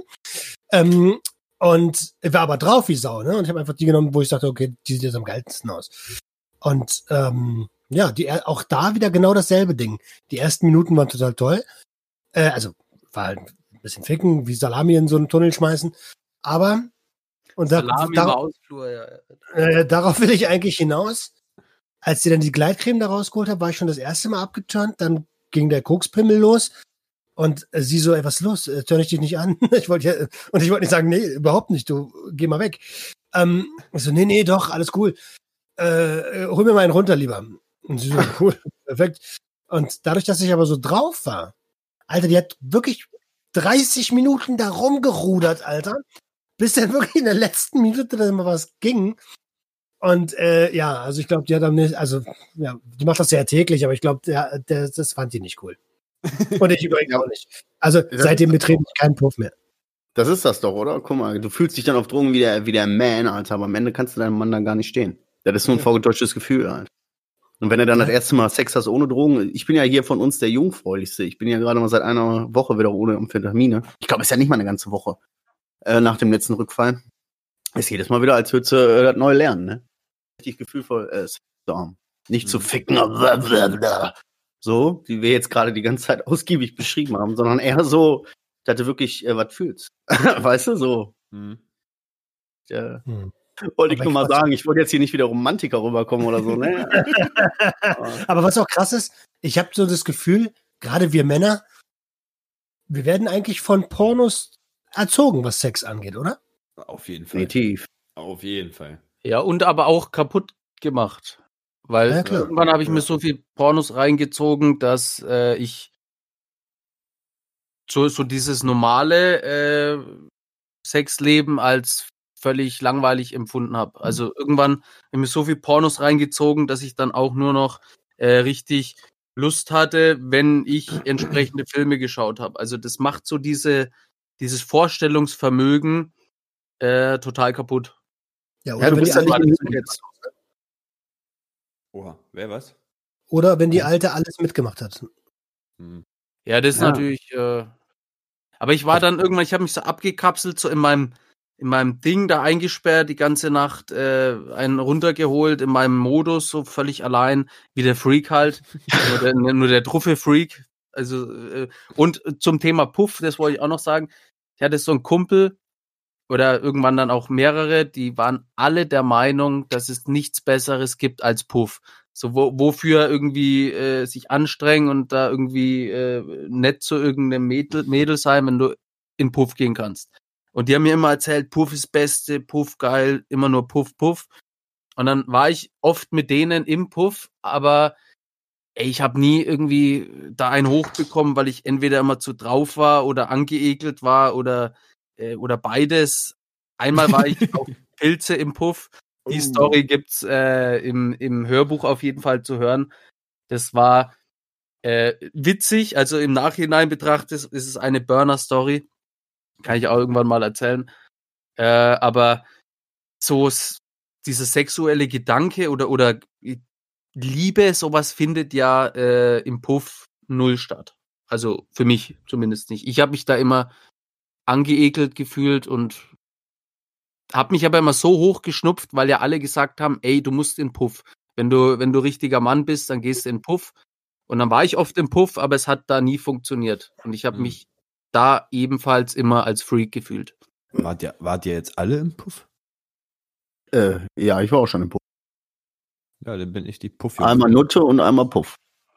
und war aber drauf wie Sau, ne? Und ich habe einfach die genommen, wo ich dachte, okay, die sieht jetzt am geilsten aus. Und ja, auch da wieder genau dasselbe Ding. Die ersten Minuten waren total toll. Also war halt ein bisschen ficken, wie Salami in so einen Tunnel schmeißen. Aber und Salami im Ausflur, ja. Darauf will ich eigentlich hinaus. Als sie dann die Gleitcreme da rausgeholt hat, war ich schon das erste Mal abgeturnt. Dann ging der Kokspimmel los. Und sie so, ey, was ist los? Turn ich dich nicht an? Ich wollte nicht sagen, nee, überhaupt nicht, du, geh mal weg. Ich so, nee, doch, alles cool. Hol mir mal einen runter, lieber. Und sie so, cool, perfekt. Und dadurch, dass ich aber so drauf war, Alter, die hat wirklich 30 Minuten da rumgerudert, Alter, bis dann wirklich in der letzten Minute dann mal was ging. Und ja, also ich glaube, die hat am nächsten, also ja, die macht das ja täglich, aber ich glaube, das fand die nicht cool. Und ich übrigens auch nicht. Also seitdem betrete ich keinen Puff mehr. Das ist das doch, oder? Guck mal, du fühlst dich dann auf Drogen wie der Man, Alter, aber am Ende kannst du deinem Mann dann gar nicht stehen. Das ist nur ein vorgetäuschtes Gefühl, Alter. Und wenn er dann das erste Mal Sex hast ohne Drogen, ich bin ja hier von uns der Jungfräulichste. Ich bin ja gerade mal seit einer Woche wieder ohne Amphetamine. Ich glaube, es ist ja nicht mal eine ganze Woche nach dem letzten Rückfall. Ist jedes Mal wieder, als würdest du das neu lernen, ne? Richtig gefühlvoll Sex zu haben. Nicht zu ficken, so, wie wir jetzt gerade die ganze Zeit ausgiebig beschrieben haben, sondern eher so, dass du wirklich was fühlst. Weißt du, so. Wollte ich nur mal sagen, ich wollte jetzt hier nicht wieder Romantiker rüberkommen oder so, ne? Aber was auch krass ist, ich habe so das Gefühl, gerade wir Männer, wir werden eigentlich von Pornos erzogen, was Sex angeht, oder? Auf jeden Fall. Definitiv. Auf jeden Fall. Ja, und aber auch kaputt gemacht. Weil irgendwann habe ich mir so viel Pornos reingezogen, dass ich so dieses normale Sexleben als völlig langweilig empfunden habe. Also irgendwann habe ich mir so viel Pornos reingezogen, dass ich dann auch nur noch richtig Lust hatte, wenn ich entsprechende Filme geschaut habe. Also das macht so dieses Vorstellungsvermögen total kaputt. Ja, oder wenn die Alte jetzt. Oha, wer was? Oder wenn die Alte alles mitgemacht hat. Ja, das ist natürlich. Aber ich war dann irgendwann, ich habe mich so abgekapselt, so in meinem Ding da eingesperrt, die ganze Nacht einen runtergeholt, in meinem Modus, so völlig allein, wie der Freak halt. nur der Truffe-Freak. Also, und zum Thema Puff, das wollte ich auch noch sagen. Ich hatte so einen Kumpel, oder irgendwann dann auch mehrere, die waren alle der Meinung, dass es nichts Besseres gibt als Puff. So, wofür irgendwie sich anstrengen und da irgendwie nett zu irgendeinem Mädel sein, wenn du in Puff gehen kannst. Und die haben mir immer erzählt, Puff ist Beste, Puff geil, immer nur Puff, Puff. Und dann war ich oft mit denen im Puff, aber ich habe nie irgendwie da einen hochbekommen, weil ich entweder immer zu drauf war oder angeekelt war oder beides. Einmal war ich auf Pilze im Puff. Die Story gibt's im Hörbuch auf jeden Fall zu hören. Das war witzig, also im Nachhinein betrachtet ist es eine Burner-Story. Kann ich auch irgendwann mal erzählen. Aber so dieser sexuelle Gedanke oder Liebe, sowas findet ja im Puff null statt. Also für mich zumindest nicht. Ich habe mich da immer angeekelt gefühlt und habe mich aber immer so hochgeschnupft, weil ja alle gesagt haben, ey, du musst in Puff. Wenn du richtiger Mann bist, dann gehst du in Puff. Und dann war ich oft im Puff, aber es hat da nie funktioniert. Und ich habe mich da ebenfalls immer als Freak gefühlt. Wart ihr jetzt alle im Puff? Ja, ich war auch schon im Puff. Ja, dann bin ich die Puff. Einmal Nutte und einmal Puff.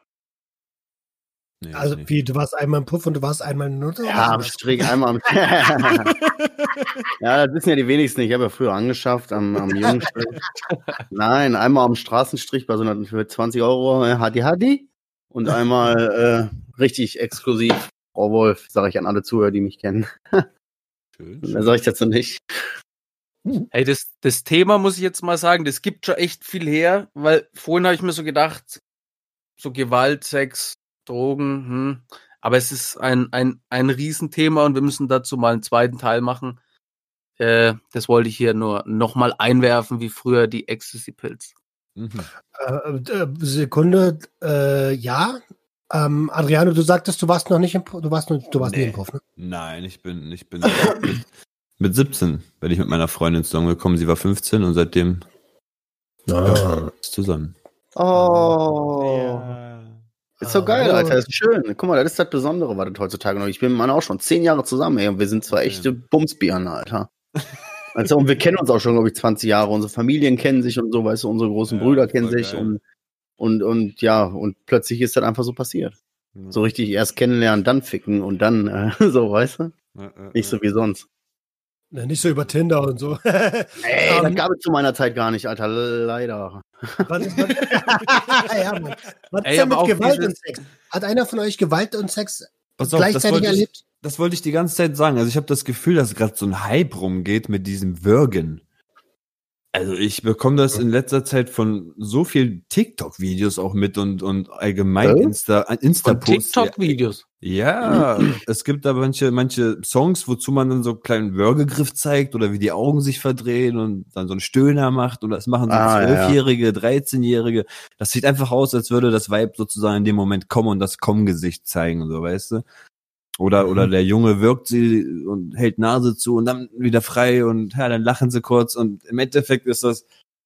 Nee, also wie, du warst einmal im Puff und du warst einmal in Nutte? Ja, am Strich, einmal am Ja, das wissen ja die wenigsten. Ich habe ja früher angeschafft am Jungenstrich. Nein, einmal am Straßenstrich bei so einer für 20 Euro HDHD und einmal richtig exklusiv Frau Wolf, sage ich an alle Zuhörer, die mich kennen. Schön. Da sage ich dazu nicht. Hey, das Thema muss ich jetzt mal sagen, das gibt schon echt viel her, weil vorhin habe ich mir so gedacht, so Gewalt, Sex, Drogen, aber es ist ein Riesenthema und wir müssen dazu mal einen zweiten Teil machen. Das wollte ich hier nur nochmal einwerfen, wie früher die Ecstasy-Pills. Sekunde, ja. Adriano, du sagtest, du warst nie im Puff, ne? Nein, ich bin mit 17 bin ich mit meiner Freundin zusammengekommen. Sie war 15 und seitdem ist zusammen. Oh. Ist so geil, Alter. Das ist schön. Guck mal, das ist das Besondere, was das heutzutage noch. Ich bin mit meiner auch schon 10 Jahre zusammen, ey. Und wir sind zwar echte Bumsbirnen, Alter. Also, und wir kennen uns auch schon, glaube ich, 20 Jahre. Unsere Familien kennen sich und so, weißt du, unsere großen Brüder kennen sich und plötzlich ist das einfach so passiert. So richtig erst kennenlernen, dann ficken und dann so, weißt du? Nicht so wie sonst. Ja, nicht so über Tinder und so. Ey, das gab es zu meiner Zeit gar nicht, Alter. Leider. Was ist denn mit Gewalt und Sex? Hat einer von euch Gewalt und Sex gleichzeitig erlebt? Das wollte ich die ganze Zeit sagen. Also ich habe das Gefühl, dass gerade so ein Hype rumgeht mit diesem Würgen. Also ich bekomme das in letzter Zeit von so vielen TikTok-Videos auch mit und allgemein Insta-Posts. TikTok-Videos? Ja, es gibt da manche Songs, wozu man dann so einen kleinen Würgegriff zeigt oder wie die Augen sich verdrehen und dann so einen Stöhner macht und das machen so 12-Jährige, 13-Jährige. Das sieht einfach aus, als würde das Vibe sozusagen in dem Moment kommen und das Komm-Gesicht zeigen, so, weißt du? Oder der Junge wirkt sie und hält Nase zu und dann wieder frei und ja, dann lachen sie kurz und im Endeffekt ist das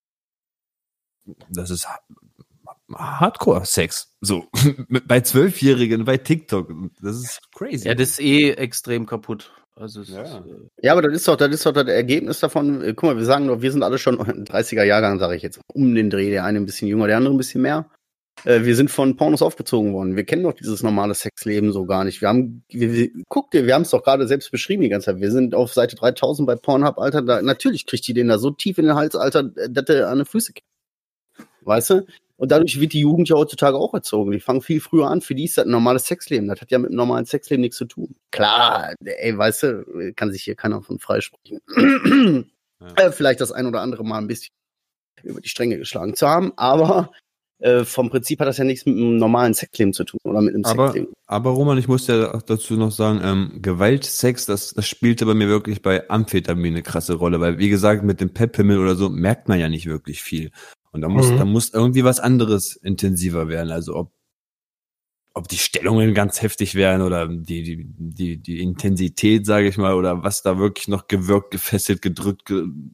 ist Hardcore-Sex. So, bei 12-Jährigen, bei TikTok. Das ist crazy. Ja, das ist extrem kaputt. Also ja, aber das ist doch das Ergebnis davon. Guck mal, wir sagen doch, wir sind alle schon 30er-Jahrgang, sage ich jetzt, um den Dreh. Der eine ein bisschen jünger, der andere ein bisschen mehr. Wir sind von Pornos aufgezogen worden. Wir kennen doch dieses normale Sexleben so gar nicht. Guck dir, wir haben es doch gerade selbst beschrieben die ganze Zeit. Wir sind auf Seite 3000 bei Pornhub, Alter. Natürlich kriegt die den da so tief in den Hals, Alter, dass der an die Füße kriegt. Weißt du? Und dadurch wird die Jugend ja heutzutage auch erzogen. Die fangen viel früher an. Für die ist das ein normales Sexleben. Das hat ja mit einem normalen Sexleben nichts zu tun. Klar, ey, weißt du, kann sich hier keiner von freisprechen. Vielleicht das ein oder andere Mal ein bisschen über die Stränge geschlagen zu haben, aber vom Prinzip hat das ja nichts mit einem normalen Sexleben zu tun oder mit einem Sexleben. Aber Roman, ich muss ja auch dazu noch sagen, Gewalt, Sex, das spielte bei mir wirklich bei Amphetamin eine krasse Rolle, weil wie gesagt, mit dem Pep-Pimmel oder so merkt man ja nicht wirklich viel. Und da muss irgendwie was anderes intensiver werden. Also ob die Stellungen ganz heftig werden oder die Intensität, sage ich mal, oder was da wirklich noch gewirkt, gefesselt, gedrückt,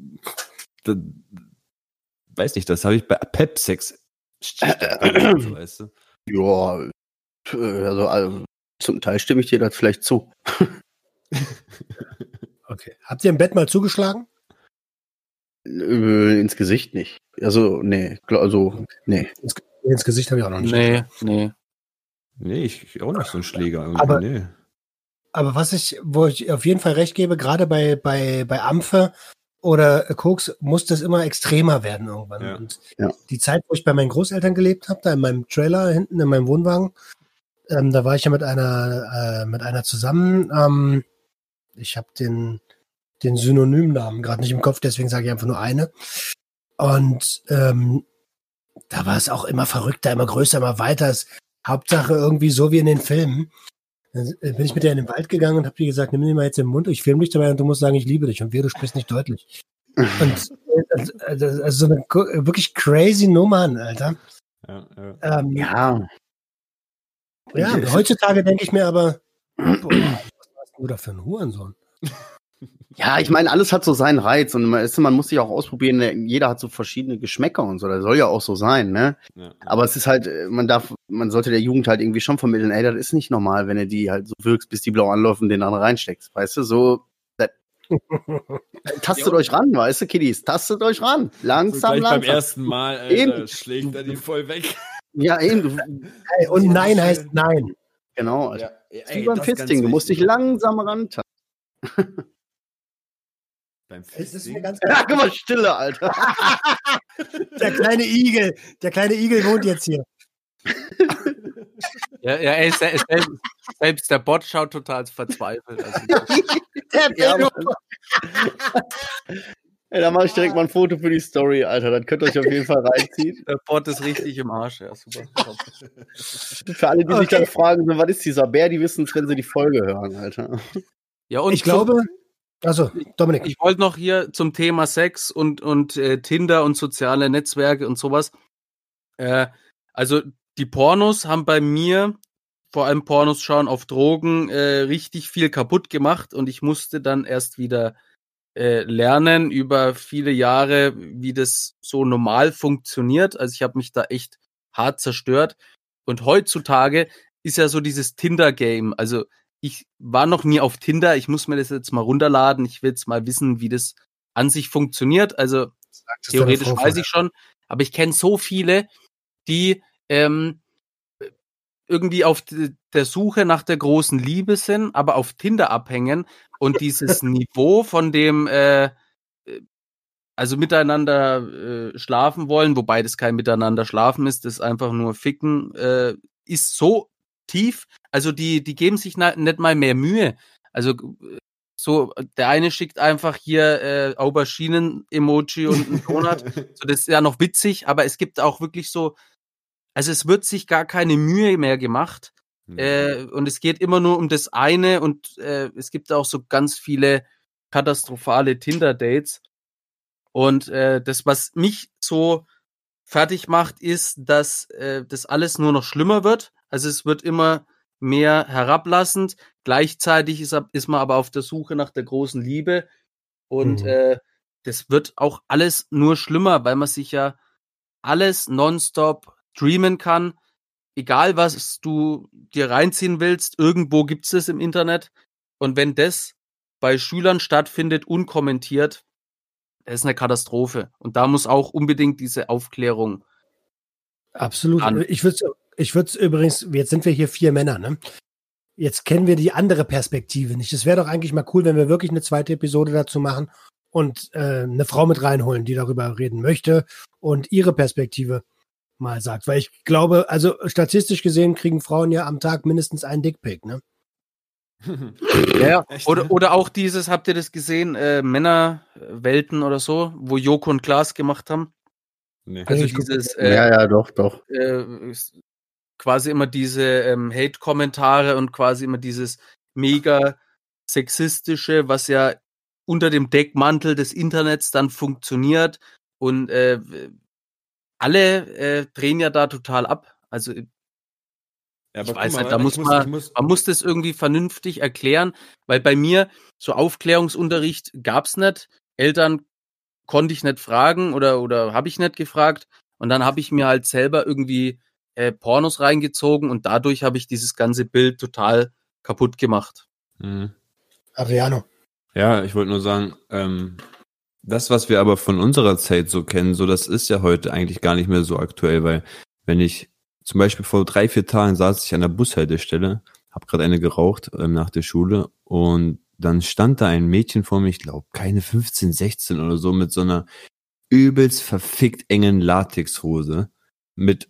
weiß nicht, das habe ich bei Pep-Sex. Weißt du? Ja, also zum Teil stimme ich dir das vielleicht zu. Okay. Habt ihr im Bett mal zugeschlagen? Ins Gesicht nicht. Also, nee. Ins Gesicht habe ich auch noch nicht. Nee. Nee, ich auch nicht so ein Schläger. Aber wo ich auf jeden Fall recht gebe, gerade bei Ampfe oder Koks muss das immer extremer werden irgendwann. Ja. Und die Zeit, wo ich bei meinen Großeltern gelebt habe, da in meinem Trailer hinten in meinem Wohnwagen, da war ich ja mit einer zusammen. Ich habe den Synonymnamen gerade nicht im Kopf, deswegen sage ich einfach nur eine. Und da war es auch immer verrückter, immer größer, immer weiter. Hauptsache irgendwie so wie in den Filmen. Dann bin ich mit der in den Wald gegangen und habe dir gesagt, nimm den mal jetzt im Mund, ich filme dich dabei und du musst sagen, ich liebe dich. Und du sprichst nicht deutlich. Und also so eine wirklich crazy Nummern, Alter. Ja. Heutzutage denke ich mir aber, was warst du da für ein Hurensohn? Ja, ich meine, alles hat so seinen Reiz und man muss sich auch ausprobieren. Jeder hat so verschiedene Geschmäcker und so. Das soll ja auch so sein, ne? Ja. Aber es ist halt, man sollte der Jugend halt irgendwie schon vermitteln, ey, das ist nicht normal, wenn du die halt so wirkst, bis die blau anläuft und den dann reinsteckst, weißt du? So, tastet euch ran, weißt du, Kiddies, tastet euch ran. Langsam, so langsam. Beim ersten Mal, Alter, schlägt er die voll weg. Ja, eben. Und Nein heißt Nein. Genau, Alter. Ja, wie beim Fisting, du musst dich langsam rantasten. Beim Fisting? Ja, guck mal, Stille, Alter. Der kleine Igel wohnt jetzt hier. Ja, selbst der Bot schaut total verzweifelt. Also, Ey, da mache ich direkt mal ein Foto für die Story, Alter. Das könnt ihr euch auf jeden Fall reinziehen. Der Bot ist richtig im Arsch, ja, super. Für alle, die sich dann fragen, was ist dieser Bär, die wissen es, wenn sie die Folge hören, Alter. Ja, und ich glaube, Also, Dominik. Ich wollte noch hier zum Thema Sex und Tinder und soziale Netzwerke und sowas. Also die Pornos haben bei mir, vor allem Pornos schauen auf Drogen, richtig viel kaputt gemacht und ich musste dann erst wieder lernen über viele Jahre, wie das so normal funktioniert. Also ich habe mich da echt hart zerstört. Und heutzutage ist ja so dieses Tinder-Game. Also ich war noch nie auf Tinder. Ich muss mir das jetzt mal runterladen. Ich will jetzt mal wissen, wie das an sich funktioniert. Also theoretisch weiß ich schon. Aber ich kenne so viele, die irgendwie auf der Suche nach der großen Liebe sind, aber auf Tinder abhängen und dieses Niveau von dem also miteinander schlafen wollen, wobei das kein Miteinander schlafen ist, das ist einfach nur ficken, ist so tief, also die geben sich nicht mal mehr Mühe. Also so, der eine schickt einfach hier Auberginen-Emoji und einen Donut, so, das ist ja noch witzig, aber es gibt auch wirklich so, also es wird sich gar keine Mühe mehr gemacht und es geht immer nur um das eine und es gibt auch so ganz viele katastrophale Tinder-Dates. Und das, was mich so fertig macht, ist, dass das alles nur noch schlimmer wird. Also es wird immer mehr herablassend. Gleichzeitig ist man aber auf der Suche nach der großen Liebe. Und das wird auch alles nur schlimmer, weil man sich ja alles nonstop streamen kann. Egal, was du dir reinziehen willst, irgendwo gibt's es im Internet. Und wenn das bei Schülern stattfindet, unkommentiert, das ist eine Katastrophe. Und da muss auch unbedingt diese Aufklärung. Absolut. Ich würde übrigens, jetzt sind wir hier 4 Männer, ne? Jetzt kennen wir die andere Perspektive nicht. Es wäre doch eigentlich mal cool, wenn wir wirklich eine zweite Episode dazu machen und eine Frau mit reinholen, die darüber reden möchte und ihre Perspektive mal sagt. Weil ich glaube, also statistisch gesehen kriegen Frauen ja am Tag mindestens einen Dickpick, ne? Ja, oder auch dieses, habt ihr das gesehen, Männerwelten oder so, wo Joko und Klaas gemacht haben? Nee. Also dieses ja, doch. quasi immer diese Hate-Kommentare und quasi immer dieses mega sexistische, was ja unter dem Deckmantel des Internets dann funktioniert und alle drehen ja da total ab. Also Ja, ich weiß nicht, da man muss das irgendwie vernünftig erklären, weil bei mir so Aufklärungsunterricht gab's nicht. Eltern konnte ich nicht fragen oder habe ich nicht gefragt. Und dann habe ich mir halt selber irgendwie Pornos reingezogen und dadurch habe ich dieses ganze Bild total kaputt gemacht. Adriano. Ja, ich wollte nur sagen, das, was wir aber von unserer Zeit so kennen, so das ist ja heute eigentlich gar nicht mehr so aktuell, weil wenn ich zum Beispiel vor 3-4 Tagen saß ich an der Bushaltestelle, habe gerade eine geraucht nach der Schule und dann stand da ein Mädchen vor mir, ich glaube keine 15, 16 oder so, mit so einer übelst verfickt engen Latexhose mit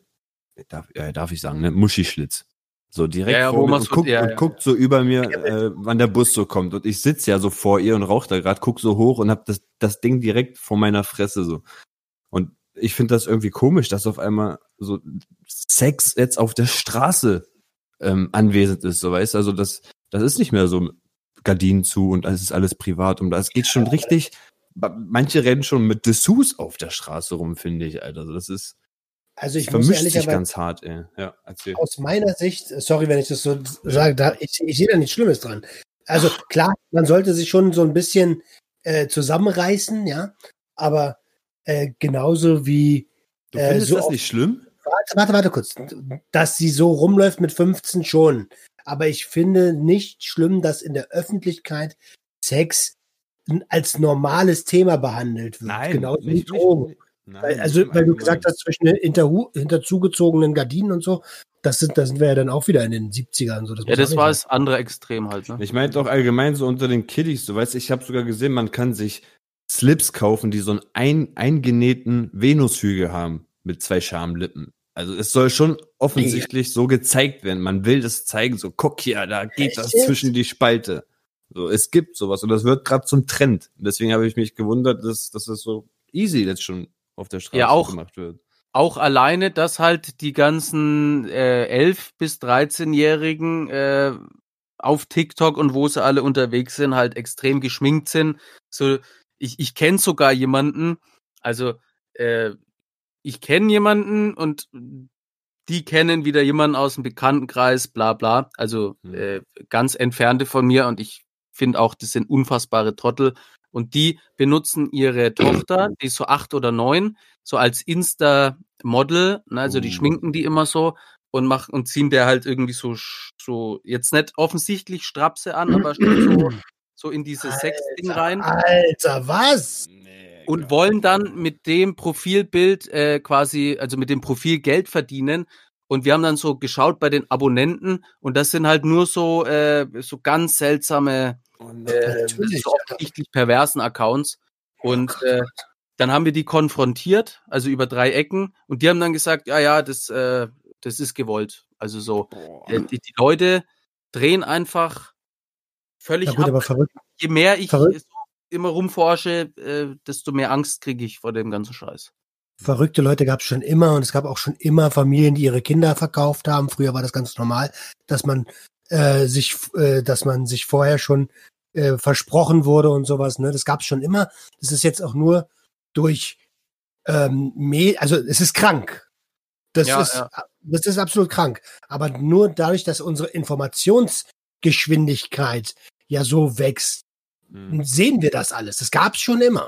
darf ich sagen, ne, Muschischlitz. So direkt vor mir und guckt so über mir, wann der Bus so kommt. Und ich sitze ja so vor ihr und rauche da gerade, guck so hoch und hab das Ding direkt vor meiner Fresse so. Und ich finde das irgendwie komisch, dass auf einmal so Sex jetzt auf der Straße anwesend ist, so weißt du, also das ist nicht mehr so Gardinen zu und es ist alles privat und das geht schon richtig, manche rennen schon mit Dessous auf der Straße rum, finde ich, Alter, das ist, also ich vermischt muss sich ganz hart, ey. Ja, erzähl. Aus meiner Sicht, sorry, wenn ich das so sage, ich sehe da nichts Schlimmes dran. Also klar, man sollte sich schon so ein bisschen zusammenreißen, ja, aber genauso wie du findest so das nicht schlimm? Warte kurz. Dass sie so rumläuft mit 15 schon. Aber ich finde nicht schlimm, dass in der Öffentlichkeit Sex als normales Thema behandelt wird. Nein, genauso wie nicht Drogen. Nein, weil du gesagt hast, zwischen hinter zugezogenen Gardinen und so, da sind wir ja dann auch wieder in den 70ern. So, das war das andere Extrem halt. Ne? Ich meinte auch allgemein so unter den Kiddies, du weißt, ich habe sogar gesehen, man kann sich Slips kaufen, die so einen eingenähten Venushügel haben mit 2 Schamlippen. Also es soll schon offensichtlich so gezeigt werden. Man will das zeigen, so guck hier, da geht das zwischen die Spalte. So, es gibt sowas und das wird gerade zum Trend. Und deswegen habe ich mich gewundert, dass das so easy jetzt schon auf der Straße gemacht wird. Auch alleine, dass halt die ganzen 11- bis 13-Jährigen auf TikTok und wo sie alle unterwegs sind, halt extrem geschminkt sind. So, ich kenne sogar jemanden, also ich kenne jemanden und die kennen wieder jemanden aus dem Bekanntenkreis, bla bla, also ganz Entfernte von mir und ich finde auch, das sind unfassbare Trottel und die benutzen ihre Tochter, die ist so 8 oder 9, so als Insta-Model, ne, also die schminken die immer so und ziehen der halt irgendwie so jetzt nicht offensichtlich Strapse an, aber schon so in dieses Sex-Ding rein. Alter, was? Und wollen dann mit dem Profilbild quasi, also mit dem Profil Geld verdienen. Und wir haben dann so geschaut bei den Abonnenten und das sind halt nur so ganz seltsame, so offensichtlich perversen Accounts. Und dann haben wir die konfrontiert, also über 3 Ecken. Und die haben dann gesagt, ja, das ist gewollt. Also so, die Leute drehen einfach völlig ab. Aber verrückt. Je mehr ich immer rumforsche, desto mehr Angst kriege ich vor dem ganzen Scheiß. Verrückte Leute gab es schon immer und es gab auch schon immer Familien, die ihre Kinder verkauft haben. Früher war das ganz normal, dass man sich vorher schon versprochen wurde und sowas. Ne, das gab es schon immer. Das ist jetzt auch nur durch also es ist krank. Das ist absolut krank. Aber nur dadurch, dass unsere Informationsgeschwindigkeit ja so wächst, sehen wir das alles. Das gab es schon immer.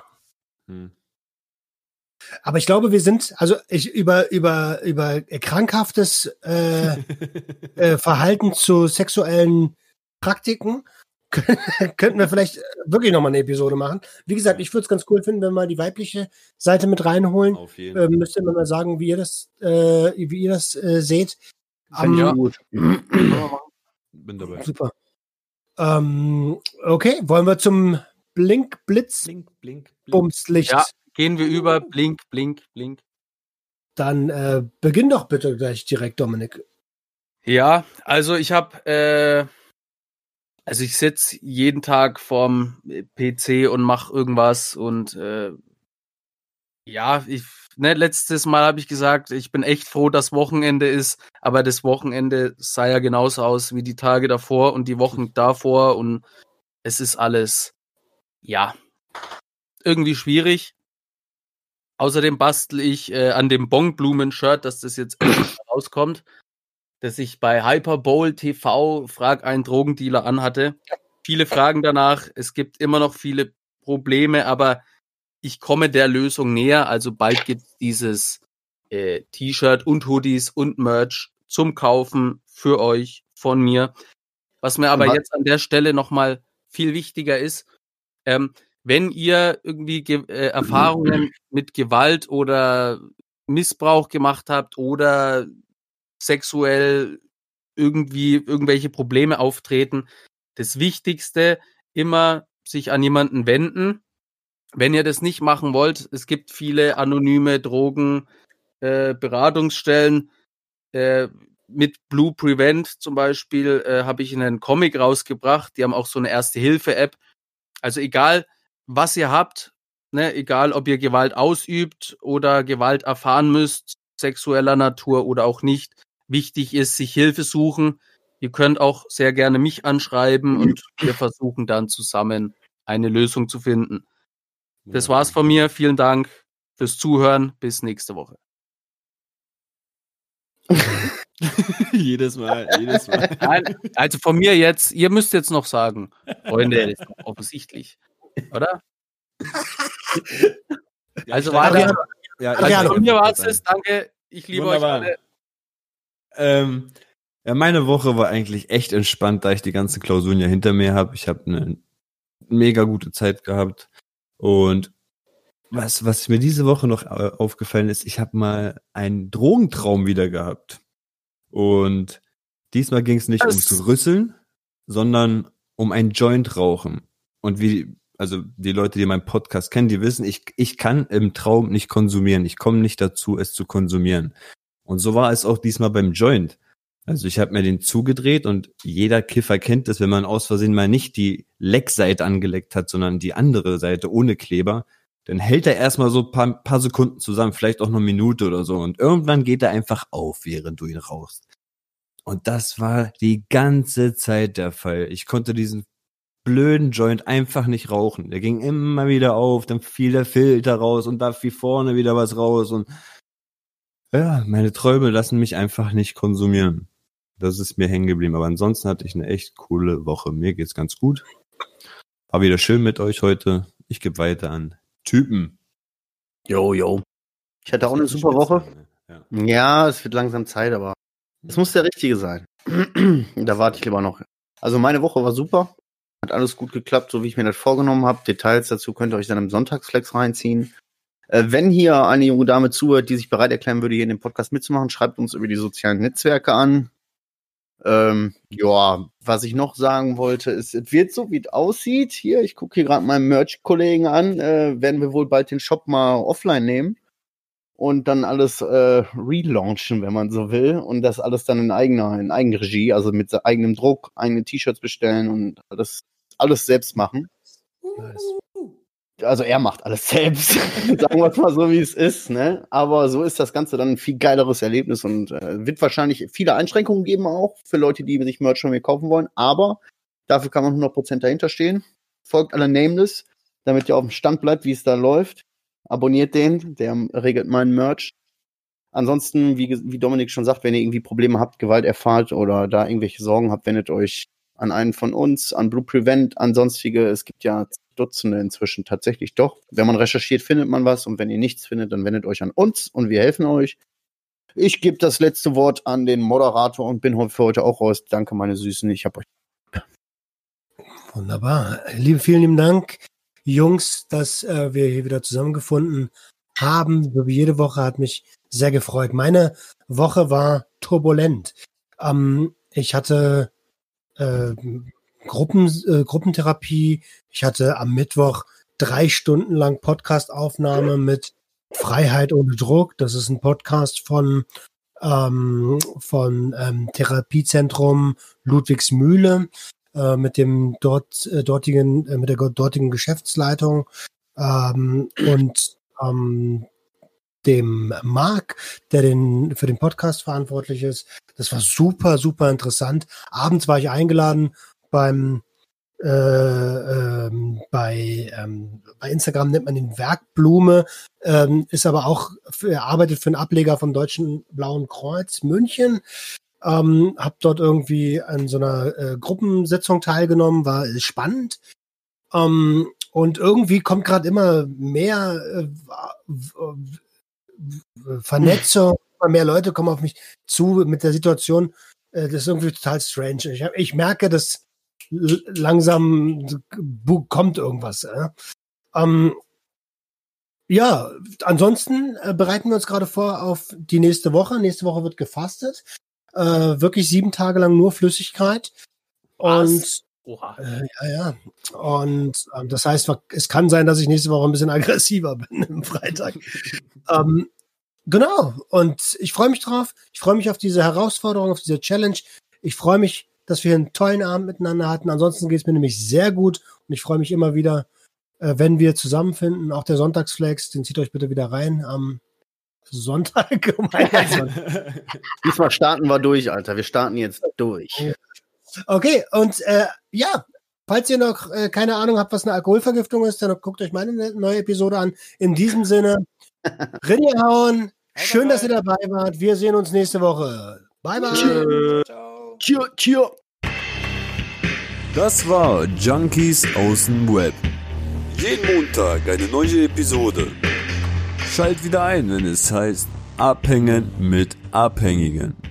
Aber ich glaube, wir sind, über krankhaftes Verhalten zu sexuellen Praktiken könnten wir vielleicht wirklich nochmal eine Episode machen. Wie gesagt, ich würde es ganz cool finden, wenn wir mal die weibliche Seite mit reinholen. Auf jeden Fall. Müsst ihr mir mal sagen, wie ihr das seht. Ja, gut. Bin dabei. Super. Okay, wollen wir zum Blink-Blitz? Bumslicht. Ja, gehen wir über. Blink, blink, blink. Dann beginn doch bitte gleich direkt, Dominik. Ja, also ich habe, ich sitze jeden Tag vorm PC und mache irgendwas und letztes Mal habe ich gesagt, ich bin echt froh, dass Wochenende ist, aber das Wochenende sah ja genauso aus wie die Tage davor und die Wochen davor und es ist alles, irgendwie schwierig. Außerdem bastel ich an dem Bongblumen-Shirt, dass das jetzt rauskommt, dass ich bei Hyperbowl TV Frag einen Drogendealer anhatte. Viele Fragen danach, es gibt immer noch viele Probleme, aber ich komme der Lösung näher, also bald gibt es dieses T-Shirt und Hoodies und Merch zum Kaufen für euch, von mir. Was mir aber jetzt an der Stelle nochmal viel wichtiger ist, wenn ihr irgendwie Erfahrungen mit Gewalt oder Missbrauch gemacht habt oder sexuell irgendwelche Probleme auftreten, das Wichtigste immer sich an jemanden wenden. Wenn ihr das nicht machen wollt, es gibt viele anonyme Drogenberatungsstellen. Mit Blue Prevent zum Beispiel habe ich einen Comic rausgebracht. Die haben auch so eine Erste-Hilfe-App. Also egal, was ihr habt, ne, egal ob ihr Gewalt ausübt oder Gewalt erfahren müsst, sexueller Natur oder auch nicht, wichtig ist, sich Hilfe suchen. Ihr könnt auch sehr gerne mich anschreiben und wir versuchen dann zusammen eine Lösung zu finden. Das war's von mir. Vielen Dank fürs Zuhören. Bis nächste Woche. Jedes Mal. Also von mir jetzt, ihr müsst jetzt noch sagen, Freunde, das ist doch offensichtlich, oder? Also von mir war es. Danke. Ich liebe Wunderbar. euch alle. Meine Woche war eigentlich echt entspannt, da ich die ganzen Klausuren ja hinter mir habe. Ich habe eine mega gute Zeit gehabt. Und was mir diese Woche noch aufgefallen ist, ich habe mal einen Drogentraum wieder gehabt. Und diesmal ging es nicht ums Rüsseln, sondern um ein Joint rauchen. Und die Leute, die meinen Podcast kennen, die wissen, ich kann im Traum nicht konsumieren. Ich komme nicht dazu, es zu konsumieren. Und so war es auch diesmal beim Joint. Also ich habe mir den zugedreht und jeder Kiffer kennt es, wenn man aus Versehen mal nicht die Leckseite angeleckt hat, sondern die andere Seite ohne Kleber, dann hält er erstmal so ein paar Sekunden zusammen, vielleicht auch noch eine Minute oder so. Und irgendwann geht er einfach auf, während du ihn rauchst. Und das war die ganze Zeit der Fall. Ich konnte diesen blöden Joint einfach nicht rauchen. Der ging immer wieder auf, dann fiel der Filter raus und da fiel vorne wieder was raus. Und ja, meine Träume lassen mich einfach nicht konsumieren. Das ist mir hängen geblieben. Aber ansonsten hatte ich eine echt coole Woche. Mir geht's ganz gut. War wieder schön mit euch heute. Ich gebe weiter an Typen. Jo. Ich hatte auch eine super Woche. Ja, es wird langsam Zeit, aber es muss der Richtige sein. Da warte ich lieber noch. Also meine Woche war super. Hat alles gut geklappt, so wie ich mir das vorgenommen habe. Details dazu könnt ihr euch dann im Sonntagsflex reinziehen. Wenn hier eine junge Dame zuhört, die sich bereit erklären würde, hier in dem Podcast mitzumachen, schreibt uns über die sozialen Netzwerke an. Was ich noch sagen wollte, ist, es wird so, wie es aussieht. Hier, ich gucke hier gerade meinen Merch-Kollegen an, werden wir wohl bald den Shop mal offline nehmen und dann alles relaunchen, wenn man so will, und das alles dann in Eigenregie, also mit eigenem Druck, eigene T-Shirts bestellen und alles selbst machen. Nice. Also er macht alles selbst, sagen wir es mal so, wie es ist, ne? Aber so ist das Ganze dann ein viel geileres Erlebnis und wird wahrscheinlich viele Einschränkungen geben auch für Leute, die sich Merch von mir kaufen wollen, aber dafür kann man 100% dahinter stehen. Folgt alle Nameless, damit ihr auf dem Stand bleibt, wie es da läuft. Abonniert den, der regelt meinen Merch. Ansonsten, wie Dominik schon sagt, wenn ihr irgendwie Probleme habt, Gewalt erfahrt oder da irgendwelche Sorgen habt, wendet euch an einen von uns, an Blue Prevent, an sonstige. Es gibt ja Dutzende inzwischen tatsächlich doch. Wenn man recherchiert, findet man was, und wenn ihr nichts findet, dann wendet euch an uns und wir helfen euch. Ich gebe das letzte Wort an den Moderator und bin für heute auch raus. Danke, meine Süßen, ich hab euch. Wunderbar. Vielen lieben Dank, Jungs, dass wir hier wieder zusammengefunden haben. So wie jede Woche, hat mich sehr gefreut. Meine Woche war turbulent. Ich hatte Gruppentherapie. Ich hatte am Mittwoch 3 Stunden lang Podcast-Aufnahme mit Freiheit ohne Druck. Das ist ein Podcast von Therapiezentrum Ludwigsmühle mit dem dortigen Geschäftsleitung und dem Marc, der für den Podcast verantwortlich ist. Das war super, super interessant. Abends war ich eingeladen bei Instagram nennt man den Werkblume, ist aber auch er arbeitet für einen Ableger vom Deutschen Blauen Kreuz München. Hab dort irgendwie an so einer Gruppensitzung teilgenommen, war spannend. Und irgendwie kommt gerade immer mehr Vernetzung, immer mehr Leute kommen auf mich zu mit der Situation. Das ist irgendwie total strange. Ich merke, dass langsam kommt irgendwas. Ja, ansonsten bereiten wir uns gerade vor auf die nächste Woche. Nächste Woche wird gefastet. Wirklich 7 Tage lang nur Flüssigkeit. Und ja. Und das heißt, es kann sein, dass ich nächste Woche ein bisschen aggressiver bin am Freitag. Genau. Und ich freue mich drauf. Ich freue mich auf diese Herausforderung, auf diese Challenge. Ich freue mich, dass wir einen tollen Abend miteinander hatten. Ansonsten geht es mir nämlich sehr gut. Und ich freue mich immer wieder, wenn wir zusammenfinden. Auch der Sonntagsflex, den zieht euch bitte wieder rein am Sonntag. Diesmal starten wir durch, Alter. Wir starten jetzt durch. Okay, und falls ihr noch keine Ahnung habt, was eine Alkoholvergiftung ist, dann guckt euch meine neue Episode an. In diesem Sinne, reingehauen. Schön, dass ihr dabei wart. Wir sehen uns nächste Woche. Bye, bye. Ciao. Das war Junkies aus dem Web. Jeden Montag eine neue Episode. Schalt wieder ein, wenn es heißt Abhängen mit Abhängigen.